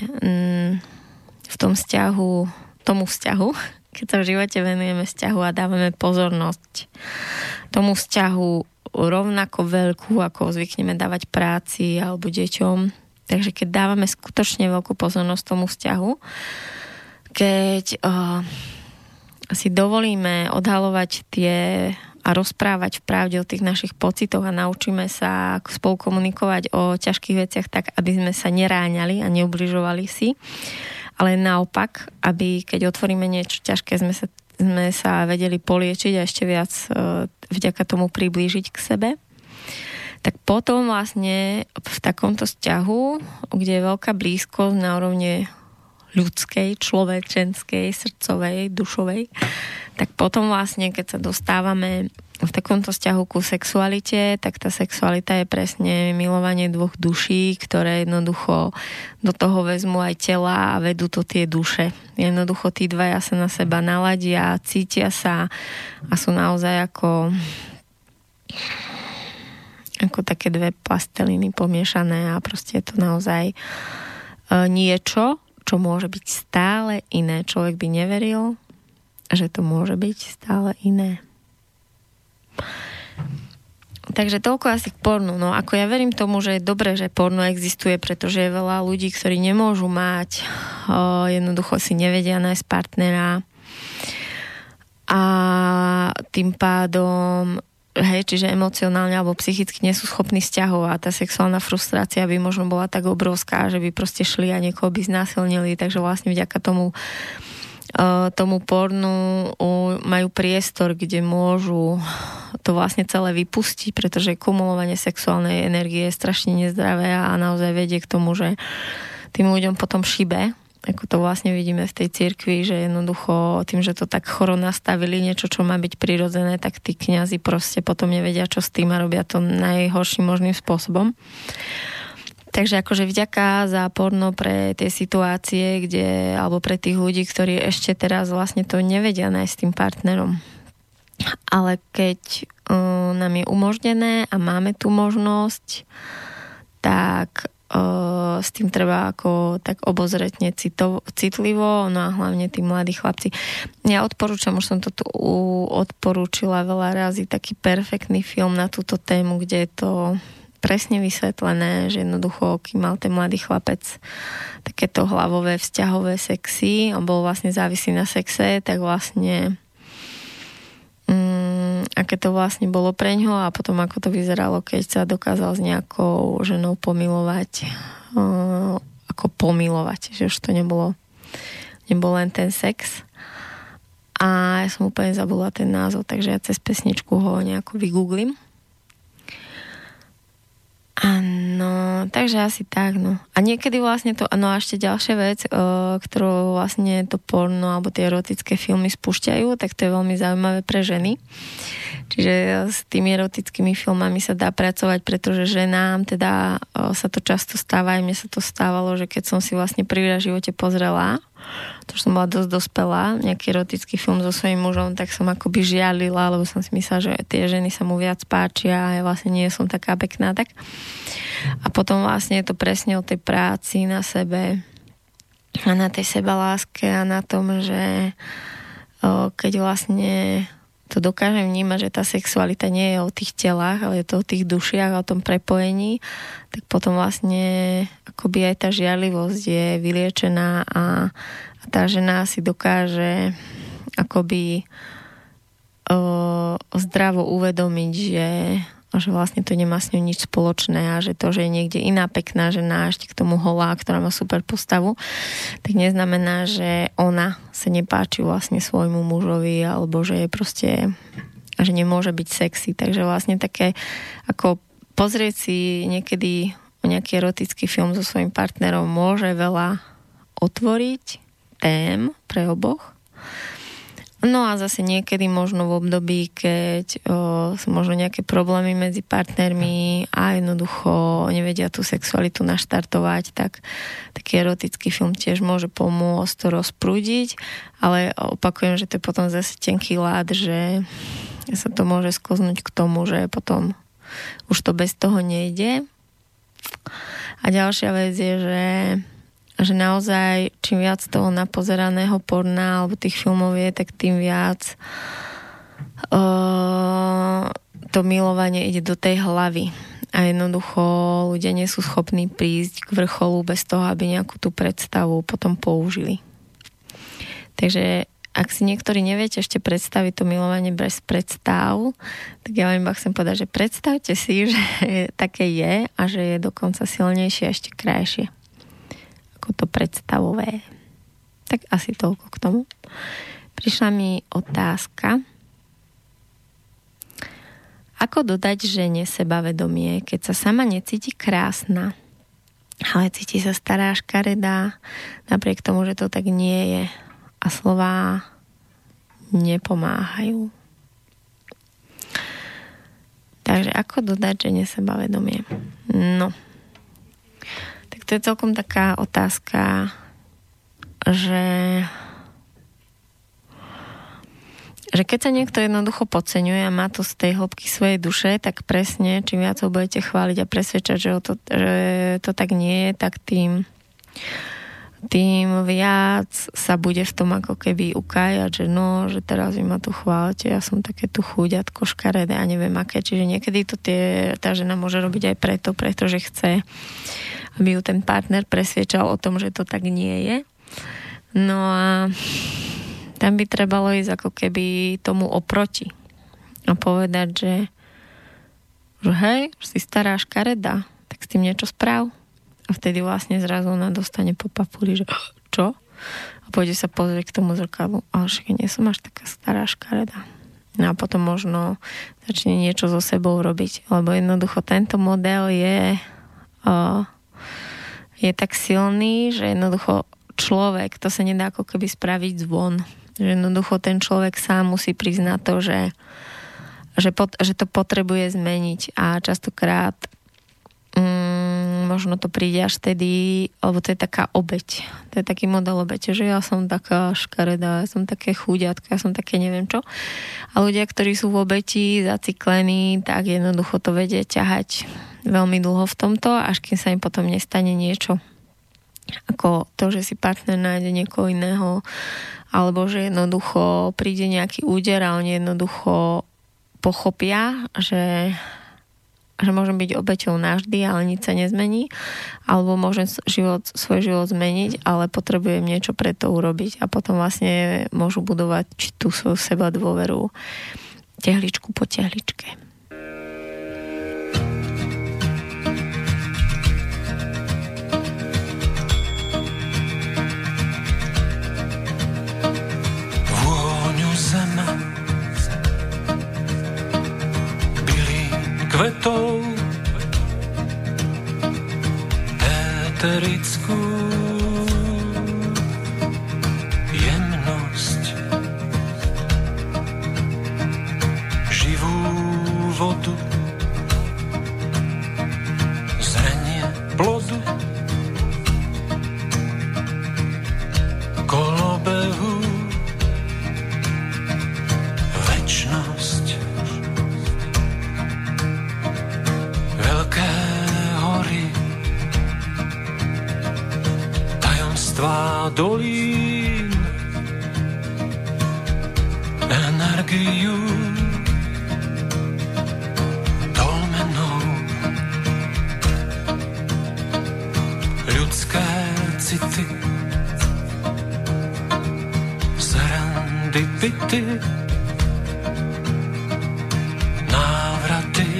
v tom tomu vzťahu, keď sa v živote venujeme vzťahu a dávame pozornosť tomu vzťahu rovnako veľkú, ako zvykneme dávať práci alebo deťom. Takže keď dávame skutočne veľkú pozornosť tomu vzťahu, keď si dovolíme odhalovať a rozprávať v pravde o tých našich pocitoch a naučíme sa spolu komunikovať o ťažkých veciach tak, aby sme sa neráňali a neubližovali si, ale naopak, aby keď otvoríme niečo ťažké, sme sa vedeli poliečiť a ešte viac vďaka tomu priblížiť k sebe, tak potom vlastne v takomto vzťahu, kde je veľká blízkosť na úrovni ľudskej, človečenskej, srdcovej, dušovej, tak potom vlastne, keď sa dostávame v takomto vzťahu ku sexualite, tak tá sexualita je presne milovanie dvoch duší, ktoré jednoducho do toho vezmú aj tela a vedú to tie duše. Jednoducho tí dvaja sa na seba naladia, cítia sa a sú naozaj ako také dve plasteliny pomiešané a proste je to naozaj niečo, čo môže byť stále iné. Človek by neveril, že to môže byť stále iné. Takže toľko asi k pornu. No ako ja verím tomu, že je dobré, že porno existuje, pretože je veľa ľudí, ktorí nemôžu mať, jednoducho si nevedia nájsť partnera a tým pádom čiže emocionálne alebo psychicky nie sú schopní vzťahov a tá sexuálna frustrácia by možno bola tak obrovská, že by proste šli a niekoho by znásilnili, takže vlastne vďaka tomu pornu majú priestor, kde môžu to vlastne celé vypustiť, pretože kumulovanie sexuálnej energie je strašne nezdravé a naozaj vedie k tomu, že tým ľuďom potom šibe, ako to vlastne vidíme v tej cirkvi, že jednoducho tým, že to tak choro nastavili niečo, čo má byť prirodzené, tak tí kňazi proste potom nevedia, čo s tým a robia to najhorším možným spôsobom. Takže akože vďaka za porno pre tie situácie, alebo pre tých ľudí, ktorí ešte teraz vlastne to nevedia nájsť s tým partnerom. Ale keď nám je umožnené a máme tú možnosť, tak s tým treba ako tak obozretne citlivo, no a hlavne tí mladí chlapci. Ja odporúčam, už som to tu odporúčila veľa razy, taký perfektný film na túto tému, kde je to presne vysvetlené, že jednoducho, kým mal ten mladý chlapec takéto hlavové, vzťahové sexy, on bol vlastne závislý na sexe, tak vlastne aké to vlastne bolo preňho a potom ako to vyzeralo, keď sa dokázal s nejakou ženou pomilovať, ako pomilovať, že už to nebol len ten sex. A ja som úplne zabudla ten názov, takže ja cez pesničku ho nejako vygooglím. Áno, takže asi tak, no. A niekedy vlastne to, no a ešte ďalšia vec, ktorú vlastne to porno alebo tie erotické filmy spúšťajú, tak to je veľmi zaujímavé pre ženy. Čiže s tými erotickými filmami sa dá pracovať, pretože ženám teda sa to často stáva, aj mne sa to stávalo, že keď som si vlastne prvý raz v živote pozrela, to som bola dosť dospelá, nejaký erotický film so svojím mužom, tak som akoby žialila, lebo som si myslela, že tie ženy sa mu viac páčia a ja vlastne nie som taká pekná, tak. A potom vlastne je to presne o tej práci na sebe a na tej sebaláske a na tom, že keď vlastne to dokážem vnímať, že tá sexualita nie je o tých telách, ale je to o tých dušiach, o tom prepojení, tak potom vlastne akoby aj tá žiarlivosť je vyliečená a tá žena si dokáže akoby zdravo uvedomiť, že vlastne to nemá s ňou nič spoločné a že to, že je niekde iná pekná žena, ešte k tomu holá, ktorá má super postavu, tak neznamená, že ona sa nepáči vlastne svojmu mužovi alebo že je proste, že nemôže byť sexy. Takže vlastne také ako pozrieť si niekedy nejaký erotický film so svojím partnerom môže veľa otvoriť tém pre oboch. No a zase niekedy možno v období, keď sú možno nejaké problémy medzi partnermi a jednoducho nevedia tú sexualitu naštartovať, tak taký erotický film tiež môže pomôcť to rozprúdiť, ale opakujem, že to je potom zase tenký ľad, že sa to môže sklznúť k tomu, že potom už to bez toho nejde. A ďalšia vec je, že naozaj čím viac toho napozeraného porna alebo tých filmov je, tak tým viac to milovanie ide do tej hlavy. A jednoducho ľudia nie sú schopní prísť k vrcholu bez toho, aby nejakú tú predstavu potom použili. Takže ak si niektorí neviete ešte predstaviť to milovanie bez predstav, tak ja vám iba chcem povedať, že predstavte si, že také je a že je dokonca silnejšie a ešte krajšie to predstavové. Tak asi toľko k tomu. Prišla mi otázka. Ako dodať žene sebavedomie, keď sa sama necíti krásna, ale cíti sa stará, škaredá, napriek tomu, že to tak nie je a slová nepomáhajú. Takže ako dodať žene sebavedomie? No, to je celkom taká otázka, že keď sa niekto jednoducho podceňuje a má to z tej hĺbky svojej duše, tak presne, čím viac ho budete chváliť a presvedčať, že to tak nie je, tak tým viac sa bude v tom ako keby ukájať, že teraz vy ma tu chválite, ja som také tu chúďatko škaredé a neviem aké. Čiže niekedy to tá žena môže robiť aj pretože chce, aby ju ten partner presviečal o tom, že to tak nie je. No a tam by trebalo ísť ako keby tomu oproti a povedať, že hej, si stará škareda, tak s tým niečo správ. A vtedy vlastne zrazu ona dostane po papuli, že čo? A pôjde sa pozrieť k tomu zrkadlu. Ale však nie som až taká stará škareda. No a potom možno začne niečo so sebou robiť. Lebo jednoducho tento model je tak silný, že jednoducho človek, to sa nedá ako keby spraviť zvon. Že jednoducho ten človek sám musí priznať to, že to potrebuje zmeniť. A častokrát možno to príde až vtedy, lebo to je taká obeť. To je taký model obete, že ja som taká škaredá, ja som také chúďatko, ja som také neviem čo. A ľudia, ktorí sú v obeti zaciklení, tak jednoducho to vedia ťahať veľmi dlho v tomto, až kým sa im potom nestane niečo. Ako to, že si partner nájde niekoho iného, alebo že jednoducho príde nejaký úder a oni jednoducho pochopia, že môžem byť obeťou navždy, ale nič sa nezmení, alebo môžem svoj život zmeniť, ale potrebujem niečo pre to urobiť a potom vlastne môžu budovať tú svoju seba dôveru tehličku po tehličke. Kvetov éterickú jemnosť, živú vodu, zrenie plodu, kolobehu, večnosť. Veľké hory, tajomstvá dolín, energiu dolmenou, ľudské city, serendipity, návraty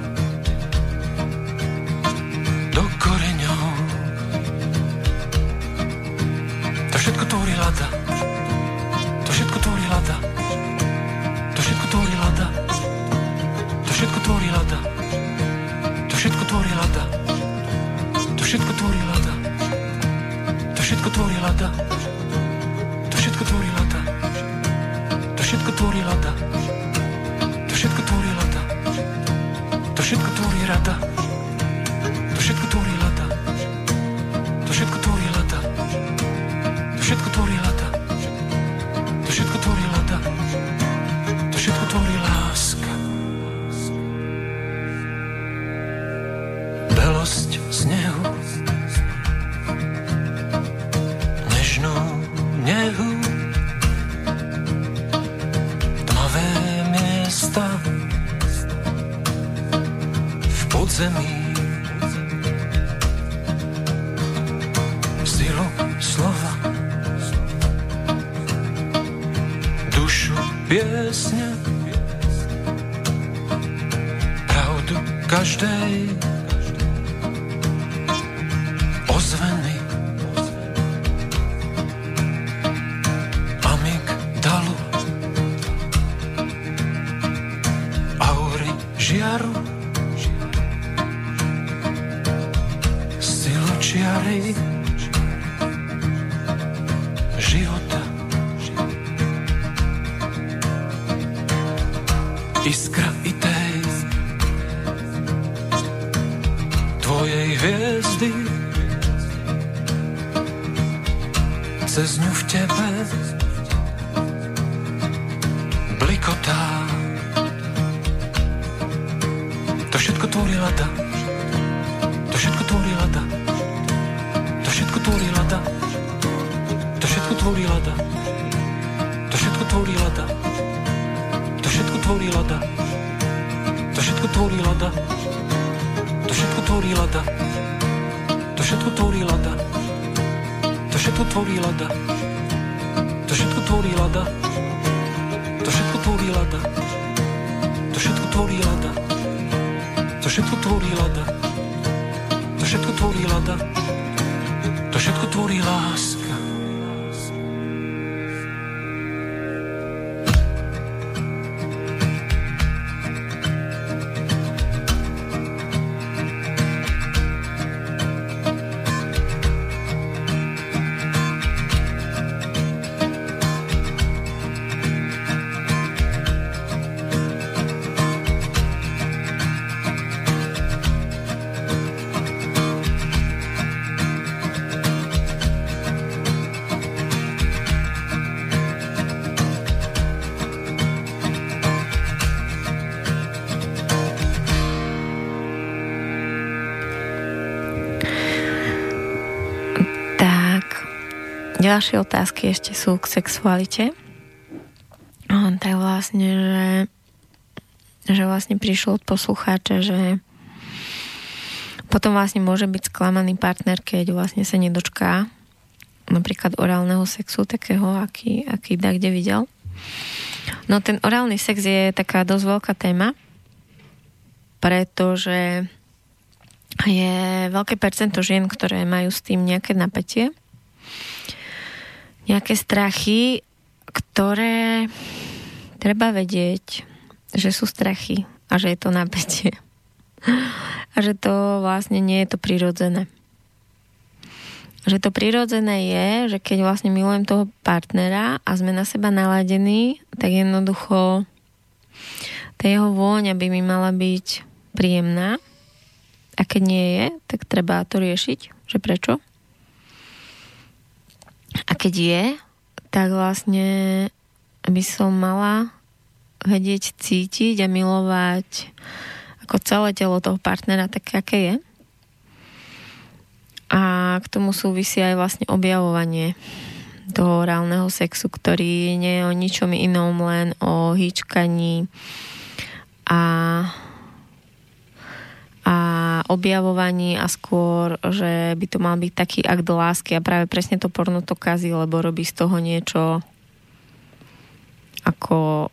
do koreňov. To všetko tvorí lada. To všetko tvorí lada. To všetko tvorí lada. To všetko tvorí lada. To všetko tvorí lada. To všetko tvorí lada. To všetko tvorí lada. To všetko tvorí lada. To všetko tvorí lada. To všetko tvorí lada. To všetko tvorí rada. To všetko tvorí lada. To všetko tvorí lada. To všetko tvorí lada. To všetko tvorí lada. To všetko tvorí láska. Belosť snehu, nežnú nehu, tmavé miesta v podzemí, silu slova, dušu piesne, pravdu každej ozveny, amygdalu, aury žiaru, silu čiary života, iskra i tej tvojej hviezdy, cez ňu v tebe blikotá. To všetko tvorí lada. To všetko tvorí lada. To všetko tvorí lada. To všetko tvorí lada. To všetko tvorí lada. To všetko tvorí lada. To všetko tvorí lada. To všetko tvorí lada. To všetko tvorí lada. To všetko tvorí lada. To všetko tvorí lada. To všetko tvorí lada. To všetko tvorí lada. To všetko tvorí lada. To všetko tvorí lada. To všetko tvorí láska. Ďalšie otázky ešte sú k sexualite. Tak vlastne, že vlastne prišlo od poslucháča, že potom vlastne môže byť sklamaný partner, keď vlastne sa nedočká napríklad orálneho sexu, takého, aký kde videl. No ten orálny sex je taká dosť veľká téma, pretože je veľké percento žien, ktoré majú s tým nejaké napätie, nejaké strachy, ktoré treba vedieť, že sú strachy a že je to napätie. A že to vlastne nie je to prirodzené. Že to prirodzené je, že keď vlastne milujem toho partnera a sme na seba naladení, tak jednoducho tá jeho vôňa by mi mala byť príjemná. A keď nie je, tak treba to riešiť, že prečo. A keď je, tak vlastne by som mala vedieť cítiť a milovať ako celé telo toho partnera také, aké je. A k tomu súvisí aj vlastne objavovanie toho orálneho sexu, ktorý nie je o ničom inom, len o hýčkaní a objavovaní a skôr, že by to mal byť taký akt lásky a práve presne to porno to kazí, lebo robí z toho niečo ako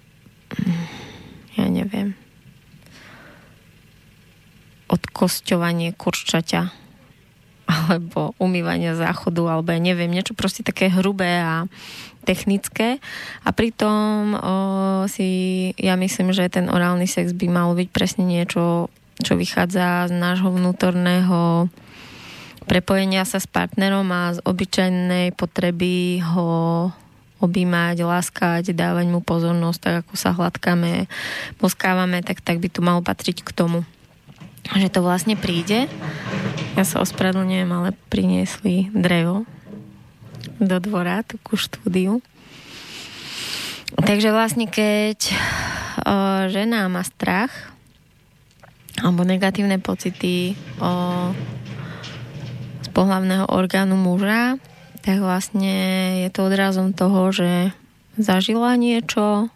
ja neviem odkosťovanie kurčaťa alebo umývania záchodu alebo ja neviem, niečo proste také hrubé a technické a pritom ja myslím, že ten orálny sex by mal byť presne niečo, čo vychádza z nášho vnútorného prepojenia sa s partnerom a z obyčajnej potreby ho objímať, láskať, dávať mu pozornosť, tak ako sa hladkáme, boskávame, tak by to malo patriť k tomu, že to vlastne príde. Ja sa ospravedlňujem, ale priniesli drevo do dvora, tu ku štúdiu. Takže vlastne keď žena má strach alebo negatívne pocity z pohlavného orgánu muža, tak vlastne je to odrazom toho, že zažila niečo,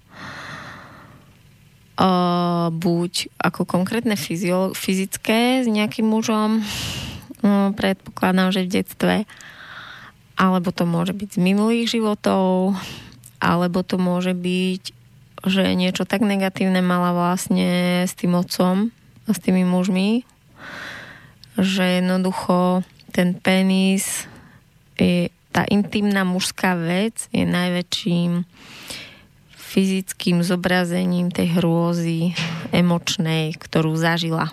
buď ako konkrétne fyzické s nejakým mužom, predpokladám, že v detstve, alebo to môže byť z minulých životov, alebo to môže byť, že niečo tak negatívne mala vlastne s tým otcom a s tými mužmi, že jednoducho ten penis je tá intimná mužská vec je najväčším fyzickým zobrazením tej hrôzy emočnej, ktorú zažila.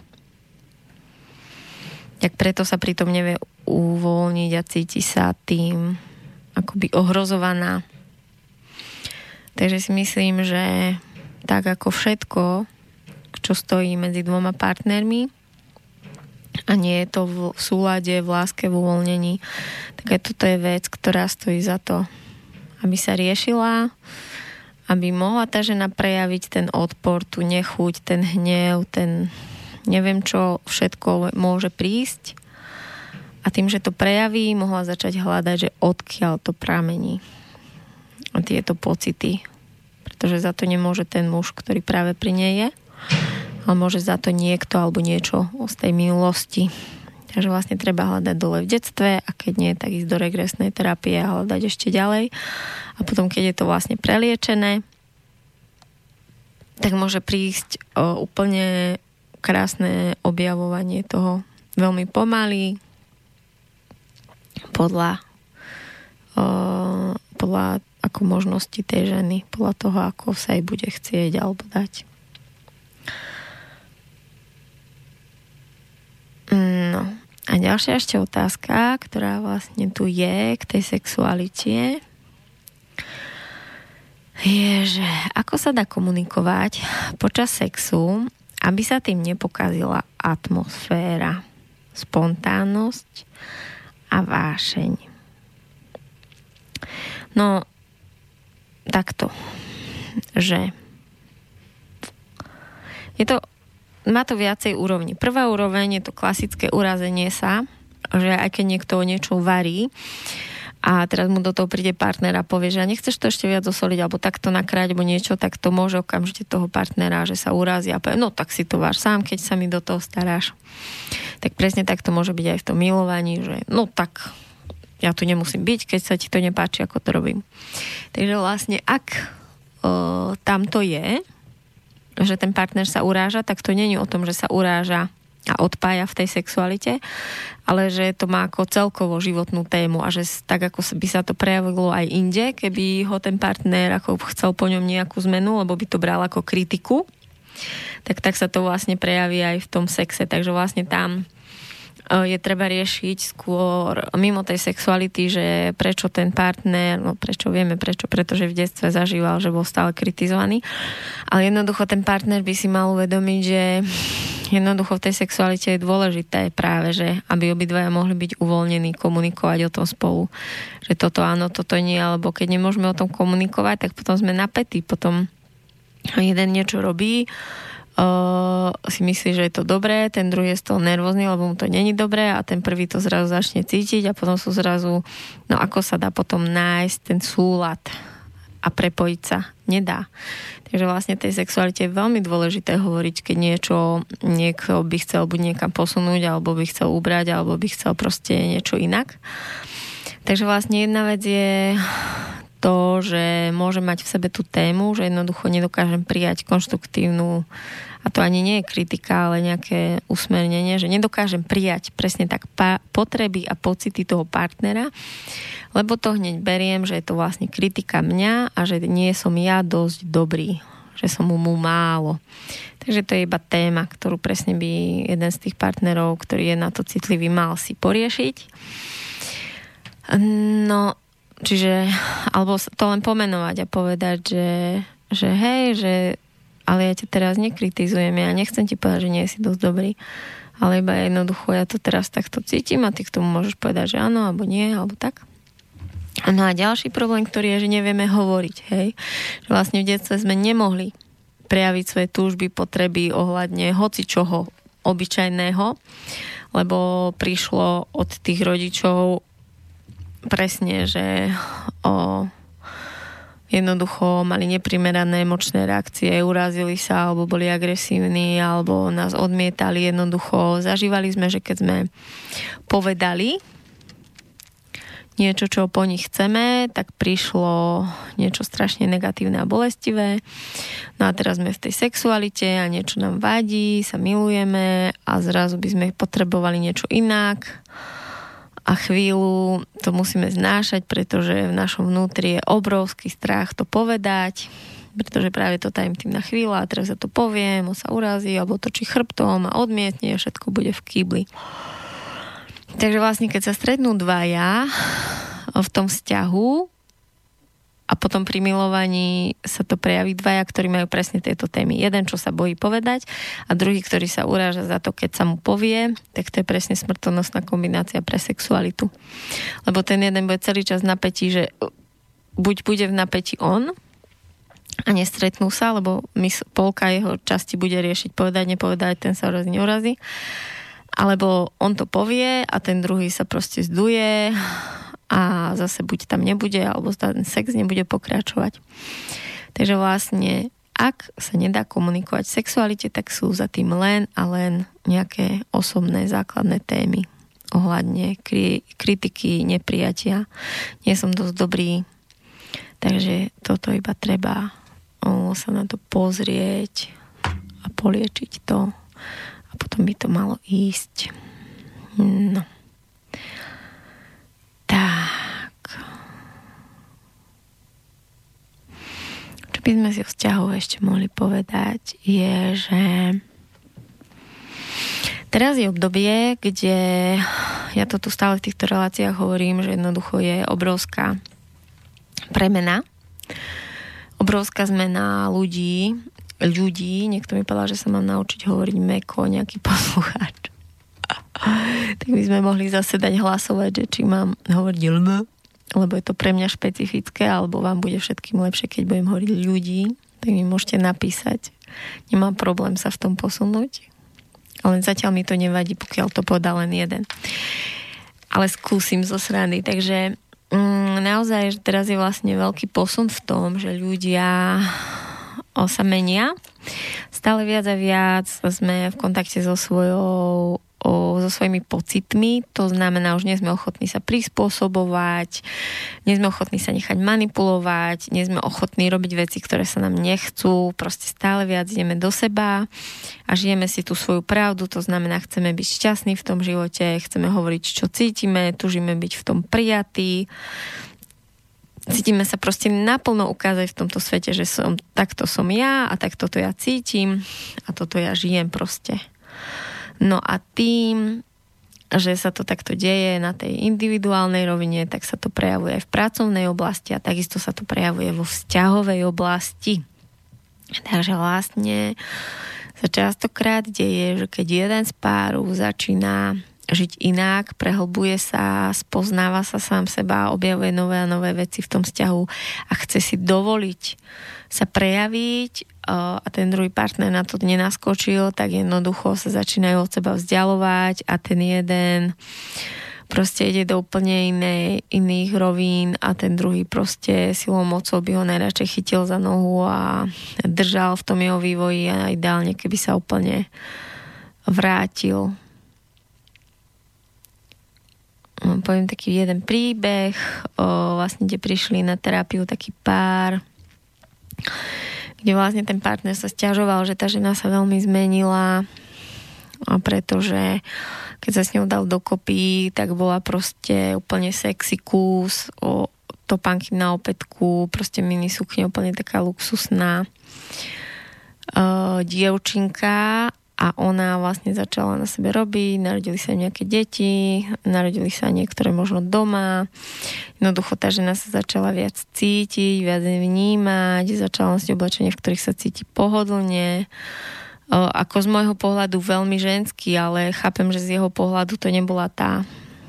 Tak preto sa pritom nevie uvoľniť a cíti sa tým akoby ohrozovaná. Takže si myslím, že tak ako všetko, čo stojí medzi dvoma partnermi a nie je to v súlade, v láske, v uvoľnení, tak aj toto je vec, ktorá stojí za to, aby sa riešila, aby mohla tá žena prejaviť ten odpor, tú nechuť, ten hnev, ten neviem čo všetko môže prísť a tým, že to prejaví, mohla začať hľadať, že odkiaľ to pramení a tieto pocity, pretože za to nemôže ten muž, ktorý práve pri nej je, ale môže za to niekto alebo niečo z tej minulosti. Takže vlastne treba hľadať dole v detstve a keď nie, tak ísť do regresnej terapie a hľadať ešte ďalej. A potom, keď je to vlastne preliečené, tak môže prísť úplne krásne objavovanie toho veľmi pomaly podľa ako možnosti tej ženy, podľa toho, ako sa jej bude chcieť alebo dať. No. A ďalšia ešte otázka, ktorá vlastne tu je k tej sexualite, je, že ako sa dá komunikovať počas sexu, aby sa tým nepokazila atmosféra, spontánnosť a vášeň. No, takto, že je to má to viacej úrovni. Prvá úroveň je to klasické urazenie sa, že aj keď niekto o niečo varí, a teraz mu do toho príde partner a povie, že nechceš to ešte viac osoliť alebo takto nakráť, alebo niečo, tak to môže okamžite toho partnera, že sa urazí a povie, no tak si to váš sám, keď sa mi do toho staráš. Tak presne tak to môže byť aj v tom milovaní, že no tak ja tu nemusím byť, keď sa ti to nepáči, ako to robím. Takže vlastne ak tam to je, že ten partner sa uráža, tak to nie je o tom, že sa uráža a odpája v tej sexualite, ale že to má ako celkovo životnú tému a že tak ako by sa to prejavilo aj inde, keby ho ten partner ako chcel po ňom nejakú zmenu, lebo by to bral ako kritiku, tak sa to vlastne prejaví aj v tom sexe. Takže vlastne tam je treba riešiť skôr mimo tej sexuality, že prečo ten partner, no prečo vieme prečo, pretože v detstve zažíval, že bol stále kritizovaný. Ale jednoducho ten partner by si mal uvedomiť, že jednoducho v tej sexualite je dôležité práve, že aby obidvaja mohli byť uvoľnení, komunikovať o tom spolu. Že toto áno, toto nie, alebo keď nemôžeme o tom komunikovať, tak potom sme napätí. Potom jeden niečo robí, si myslí, že je to dobré, ten druhý je z toho nervózny, lebo mu to není dobré a ten prvý to zrazu začne cítiť a potom sú zrazu, no ako sa dá potom nájsť ten súlad a prepojiť sa? Nedá. Takže vlastne tej sexualite je veľmi dôležité hovoriť, keď niekto by chcel buď niekam posunúť, alebo by chcel ubrať, alebo by chcel proste niečo inak. Takže vlastne jedna vec je to, že môžem mať v sebe tú tému, že jednoducho nedokážem prijať konštruktívnu, a to ani nie je kritika, ale nejaké usmernenie, že nedokážem prijať presne tak potreby a pocity toho partnera, lebo to hneď beriem, že je to vlastne kritika mňa a že nie som ja dosť dobrý, že som mu málo. Takže to je iba téma, ktorú presne by jeden z tých partnerov, ktorý je na to citlivý, mal si poriešiť. No, čiže, alebo to len pomenovať a povedať, že hej, že ale ja ťa teraz nekritizujem, ja nechcem ti povedať, že nie si dosť dobrý, ale iba jednoducho ja to teraz takto cítim a ty k tomu môžeš povedať, že áno, alebo nie, alebo tak. No a ďalší problém, ktorý je, že nevieme hovoriť, hej, že vlastne v detstve sme nemohli prejaviť svoje túžby, potreby ohľadne hocičoho obyčajného, lebo prišlo od tých rodičov presne, že jednoducho mali neprimerané emočné reakcie, urazili sa, alebo boli agresívni, alebo nás odmietali. Jednoducho zažívali sme, že keď sme povedali niečo, čo po nich chceme, tak prišlo niečo strašne negatívne a bolestivé. No a teraz sme v tej sexualite a niečo nám vadí, sa milujeme a zrazu by sme potrebovali niečo inak. A chvíľu to musíme znášať, pretože v našom vnútri je obrovský strach to povedať, pretože práve to tajím tým na chvíľu a teraz ja to poviem, on sa urazí alebo točí chrbtom a odmietne, všetko bude v kýbli. Takže vlastne, keď sa stretnú dvaja v tom vzťahu a potom pri milovaní sa to prejaví dvaja, ktorí majú presne tieto témy. Jeden, čo sa bojí povedať a druhý, ktorý sa uráža za to, keď sa mu povie, tak to je presne smrtonosná kombinácia pre sexualitu. Lebo ten jeden bude celý čas v napätí, že buď bude v napätí on a nestretnú sa, lebo polka jeho časti bude riešiť povedať, nepovedať, ten sa urazí, neurazí. Alebo on to povie a ten druhý sa proste zduje a zase buď tam nebude, alebo ten sex nebude pokračovať. Takže vlastne, ak sa nedá komunikovať v sexualite, tak sú za tým len a len nejaké osobné základné témy ohľadne kritiky, neprijatia. Nie som dosť dobrý, takže toto iba treba sa na to pozrieť a poliečiť to a potom by to malo ísť. No. Tak. Čo by sme si o vzťahu ešte mohli povedať, je, že teraz je obdobie, kde ja to tu stále v týchto reláciách hovorím, že jednoducho je obrovská premena, obrovská zmena ľudí, niekto mi povedal, že sa mám naučiť hovoriť mäkko, nejaký poslucháč. Tak by sme mohli zase dať hlasovať, že či mám hovoriť lebo je to pre mňa špecifické, alebo vám bude všetkým lepšie, keď budem hovoriť ľudí, tak mi môžete napísať. Nemám problém sa v tom posunúť, ale zatiaľ mi to nevadí, pokiaľ to podá len jeden. Ale skúsim zo srandy, takže naozaj, že teraz je vlastne veľký posun v tom, že ľudia sa menia. Stále viac a viac sme v kontakte so svojimi pocitmi. To znamená, už nie sme ochotní sa prispôsobovať, nie sme ochotní sa nechať manipulovať, nie sme ochotní robiť veci, ktoré sa nám nechcú. Proste stále viac ideme do seba a žijeme si tú svoju pravdu. To znamená, chceme byť šťastní v tom živote, chceme hovoriť, čo cítime, túžime byť v tom prijatí. Cítime sa proste naplno ukázať v tomto svete, že takto som ja a takto to ja cítim a toto ja žijem proste. No a tým, že sa to takto deje na tej individuálnej rovine, tak sa to prejavuje aj v pracovnej oblasti a takisto sa to prejavuje vo vzťahovej oblasti. Takže vlastne sa častokrát deje, že keď jeden z páru začína žiť inak, prehlbuje sa, spoznáva sa sám seba, objavuje nové a nové veci v tom vzťahu a chce si dovoliť sa prejaviť a ten druhý partner na to nenaskočil, tak jednoducho sa začínajú od seba vzdialovať a ten jeden proste ide do úplne iných rovín a ten druhý proste silou mocou by ho najradšej chytil za nohu a držal v tom jeho vývoji a ideálne, keby sa úplne vrátil. Poviem taký jeden príbeh, vlastne kde prišli na terapiu taký pár, kde vlastne ten partner sa sťažoval, že tá žena sa veľmi zmenila, pretože keď sa s ňou dal dokopy, tak bola proste úplne sexy kus, topánky na opätku, proste mini sukňa, úplne taká luxusná dievčinka. A ona vlastne začala na sebe robiť, narodili sa nejaké deti, narodili sa niektoré možno doma. Jednoducho tá žena sa začala viac cítiť, viac vnímať, začala nosiť oblečenie, v ktorých sa cíti pohodlne. Ako z môjho pohľadu veľmi ženský, ale chápem, že z jeho pohľadu to nebola tá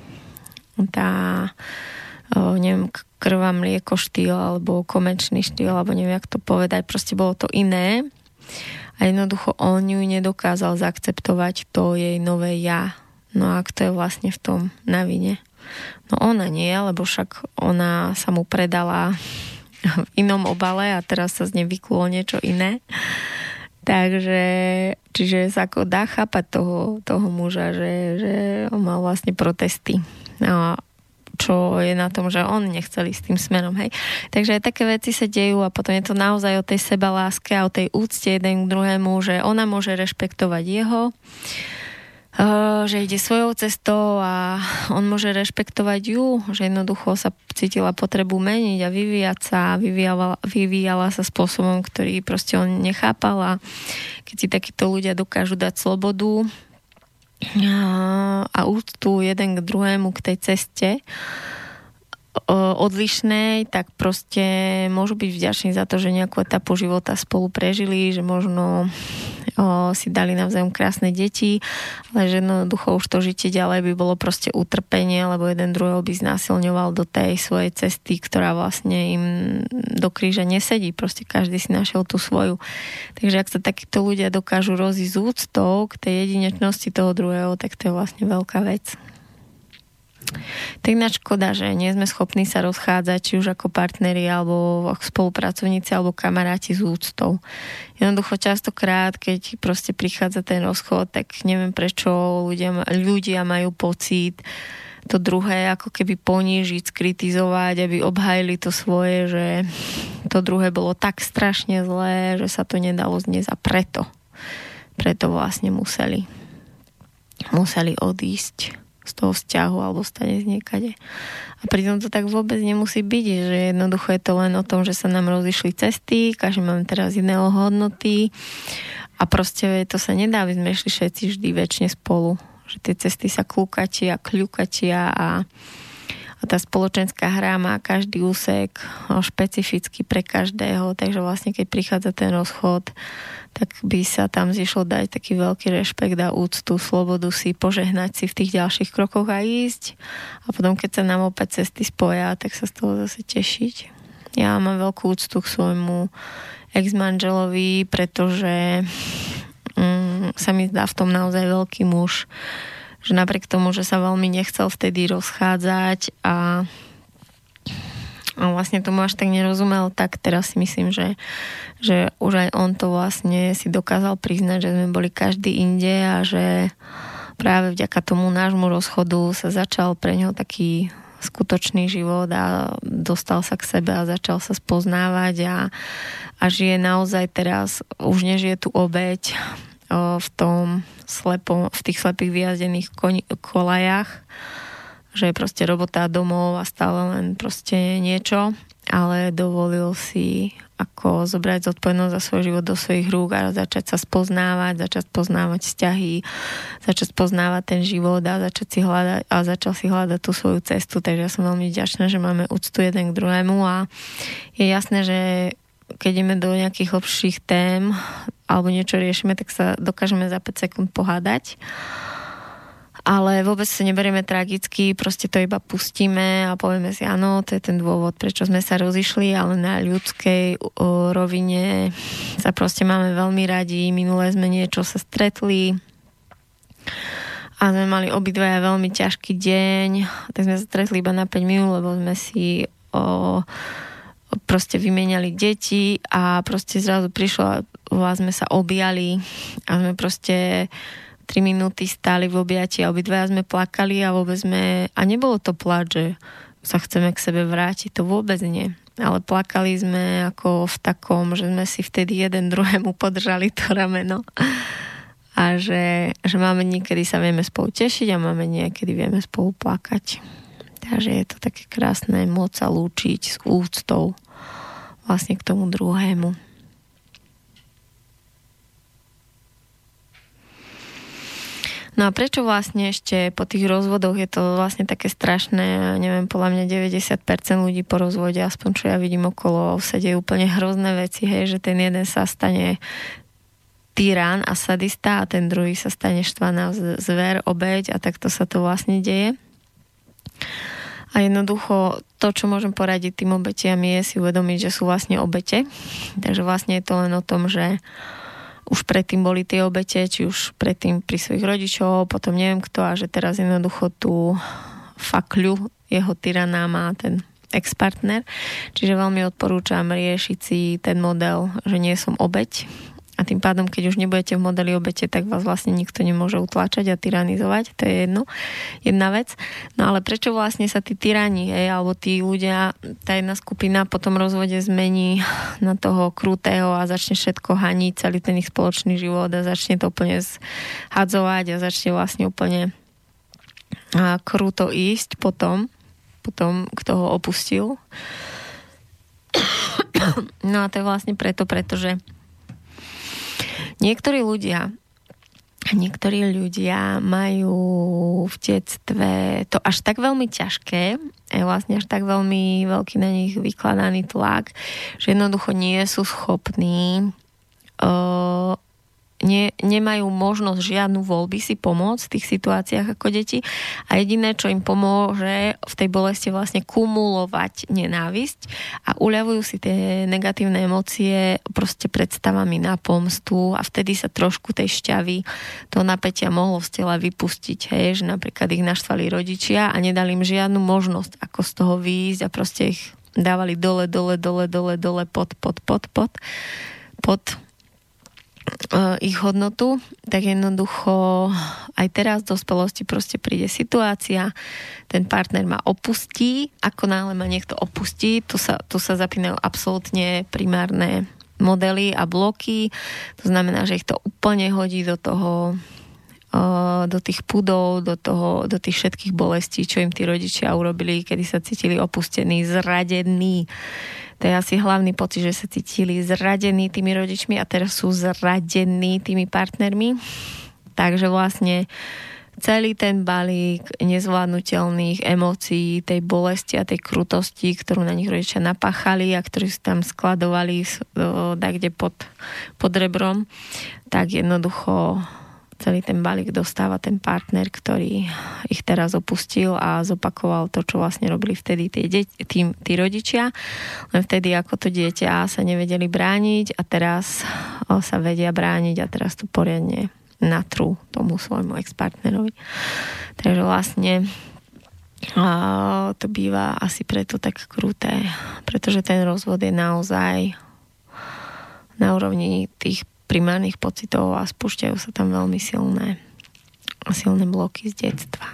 neviem, krva mlieko štýl, alebo komerčný štýl, alebo neviem, jak to povedať. Proste bolo to iné. A jednoducho on ju nedokázal zaakceptovať to jej nové ja. No a kto je vlastne v tom na vine? No ona nie, lebo však ona sa mu predala v inom obale a teraz sa z nej vyklulo niečo iné. Takže, čiže sa ako dá chápať toho muža, že on mal vlastne protesty. No, čo je na tom, že on nechcel ísť tým smerom, hej. Takže aj také veci sa dejú a potom je to naozaj o tej sebaláske a o tej úcte jeden k druhému, že ona môže rešpektovať jeho, že ide svojou cestou a on môže rešpektovať ju, že jednoducho sa cítila potrebu meniť a vyvíjať sa, vyvíjala sa spôsobom, ktorý proste on nechápal a keď si takíto ľudia dokážu dať slobodu a úctu jeden k druhému k tej ceste odlišnej, tak proste môžu byť vďační za to, že nejakú etapu života spolu prežili, že možno si dali navzájom krásne deti, ale že jednoducho už to žitie ďalej by bolo proste utrpenie, lebo jeden druhého by znásilňoval do tej svojej cesty, ktorá vlastne im do kríža nesedí. Proste každý si našiel tú svoju. Takže ak sa takíto ľudia dokážu rozísť s úctou k tej jedinečnosti toho druhého, tak to je vlastne veľká vec. Tak ináč škoda, že nie sme schopní sa rozchádzať, či už ako partneri, alebo ako spolupracovníci, alebo kamaráti s úctou. Jednoducho častokrát, keď proste prichádza ten rozchod, tak neviem prečo ľudia majú pocit to druhé ako keby ponížiť, skritizovať, aby obhajili to svoje, že to druhé bolo tak strašne zlé, že sa to nedalo zniesť a preto vlastne museli odísť z toho vzťahu alebo stane z niekade. A pritom to tak vôbec nemusí byť, že jednoducho je to len o tom, že sa nám rozišli cesty, každý máme teraz iné hodnoty a proste to sa nedá, aby sme šli všetci vždy väčšine spolu. Že tie cesty sa klúkatia, kľukatia a tá spoločenská hra má každý úsek špecificky pre každého, takže vlastne keď prichádza ten rozchod, tak by sa tam zišlo dať taký veľký rešpekt a úctu, slobodu si, požehnať si v tých ďalších krokoch a ísť. A potom, keď sa nám opäť cesty spoja, tak sa z toho zase tešiť. Ja mám veľkú úctu k svojmu ex-manželovi, pretože sa mi zdá v tom naozaj veľký muž, že napriek tomu, že sa veľmi nechcel vtedy rozchádzať a A vlastne tomu až tak nerozumel, tak teraz si myslím, že už aj on to vlastne si dokázal priznať, že sme boli každý inde a že práve vďaka tomu nášmu rozchodu sa začal pre ňo taký skutočný život a dostal sa k sebe a začal sa spoznávať a žije naozaj teraz, už nežije tu obeť v tom v tých slepých vyjazdených kolajach, že je proste robota domov a stále len proste niečo, ale dovolil si ako zobrať zodpovednosť za svoj život do svojich rúk a začať sa spoznávať, začať poznávať vzťahy, začať poznávať ten život a začal si hľadať tú svoju cestu, takže ja som veľmi vďačná, že máme úctu jeden k druhému a je jasné, že keď ideme do nejakých hlbších tém alebo niečo riešime, tak sa dokážeme za 5 sekúnd pohádať. Ale vôbec sa neberieme tragicky, proste to iba pustíme a povieme si, áno, to je ten dôvod, prečo sme sa rozišli, ale na ľudskej rovine sa proste máme veľmi radi. Minulé sme niečo sa stretli a sme mali obidvaja veľmi ťažký deň, tak sme sa stretli iba na 5 minút, lebo sme si proste vymieniali deti a proste zrazu prišlo a sme sa objali a sme proste 3 minúty stáli v objati a obidvaja sme plakali a nebolo to pláč, že sa chceme k sebe vrátiť, to vôbec nie. Ale plakali sme ako v takom, že sme si vtedy jeden druhému podržali to rameno a že máme niekedy sa vieme spolu tešiť a máme niekedy vieme spolu plakať. Takže je to také krásne môcť sa lúčiť s úctou vlastne k tomu druhému. No a prečo vlastne ešte po tých rozvodoch je to vlastne také strašné, neviem, podľa mňa 90% ľudí po rozvode, aspoň čo ja vidím okolo, sa dejú úplne hrozné veci, hej, že ten jeden sa stane tyran a sadista a ten druhý sa stane štvaná zver, obeť a takto sa to vlastne deje. A jednoducho to, čo môžem poradiť tým obetiam je si uvedomiť, že sú vlastne obete. Takže vlastne je to len o tom, že už predtým boli tie obete, či už predtým pri svojich rodičov, potom neviem kto, a že teraz jednoducho tú fakľu jeho tyrana má ten ex-partner. Čiže veľmi odporúčam riešiť si ten model, že nie som obeť. A tým pádom, keď už nebudete v modeli obete, tak vás vlastne nikto nemôže utlačať a tyranizovať. To je jedna vec. No ale prečo vlastne sa tí tyrani, alebo tí ľudia, tá jedna skupina po tom rozvode zmení na toho krutého a začne všetko haniť, celý ten ich spoločný život a začne to úplne zhadzovať a začne vlastne úplne kruto ísť potom, kto ho opustil. No a to je vlastne pretože niektorí ľudia majú v detstve to až tak veľmi ťažké, vlastne až tak veľmi veľký na nich vykladaný tlak, že jednoducho nie sú schopní nemajú možnosť žiadnu voľby si pomôcť v tých situáciách ako deti a jediné, čo im pomôže v tej bolesti vlastne kumulovať nenávisť a uľavujú si tie negatívne emócie proste predstavami na pomstu a vtedy sa trošku tej šťavy toho napätia mohlo z tela vypustiť, hej, že napríklad ich naštvali rodičia a nedali im žiadnu možnosť ako z toho výjsť a proste ich dávali dole, pod ich hodnotu, tak jednoducho aj teraz v dospelosti proste príde situácia, ten partner ma opustí, ako náhle ma niekto opustí, tu sa zapínajú absolútne primárne modely a bloky, to znamená, že ich to úplne hodí do toho, do tých pudov, do tých všetkých bolestí, čo im tí rodičia urobili, kedy sa cítili opustení, zradení. To je asi hlavný pocit, že sa cítili zradení tými rodičmi a teraz sú zradení tými partnermi. Takže vlastne celý ten balík nezvládnutelných emócií, tej bolesti a tej krutosti, ktorú na nich rodičia napáchali a ktorí si tam skladovali kde pod rebrom, tak jednoducho celý ten balík dostáva ten partner, ktorý ich teraz opustil a zopakoval to, čo vlastne robili vtedy tí rodičia. Len vtedy ako to dieťa sa nevedeli brániť a teraz sa vedia brániť a teraz to poriadne natrú tomu svojmu ex-partnerovi. Takže vlastne A to býva asi preto tak kruté, pretože ten rozvod je naozaj na úrovni tých primárnych pocitov a spúšťajú sa tam veľmi silné bloky z detstva.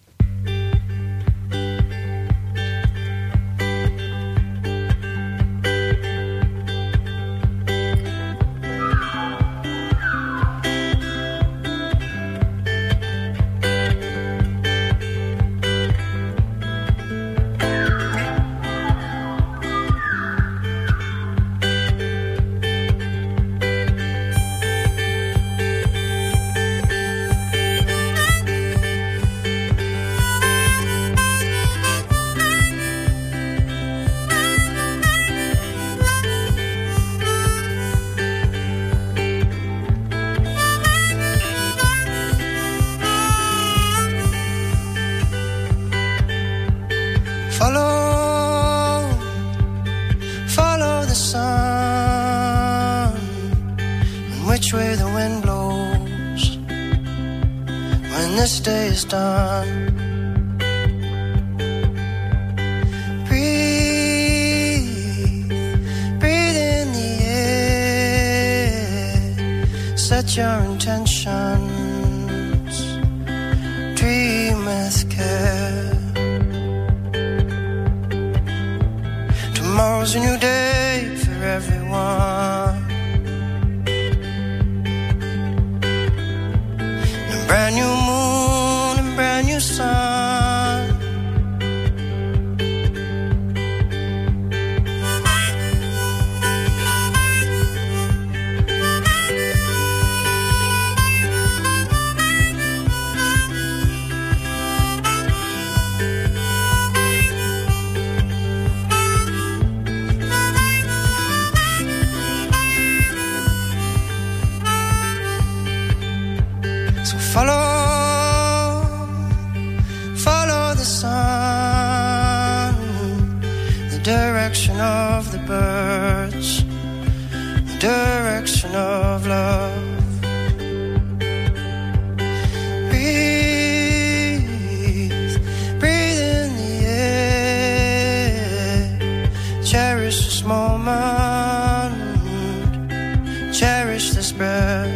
Follow the sun, and which way the wind blows when this day is done. Breathe in the air, set your intentions, dream with care. Tomorrow's a new day for everyone, a brand new moon and brand new sun. Follow the sun, the direction of the birds, the direction of love. Breathe in the air, cherish this moment, cherish this breath.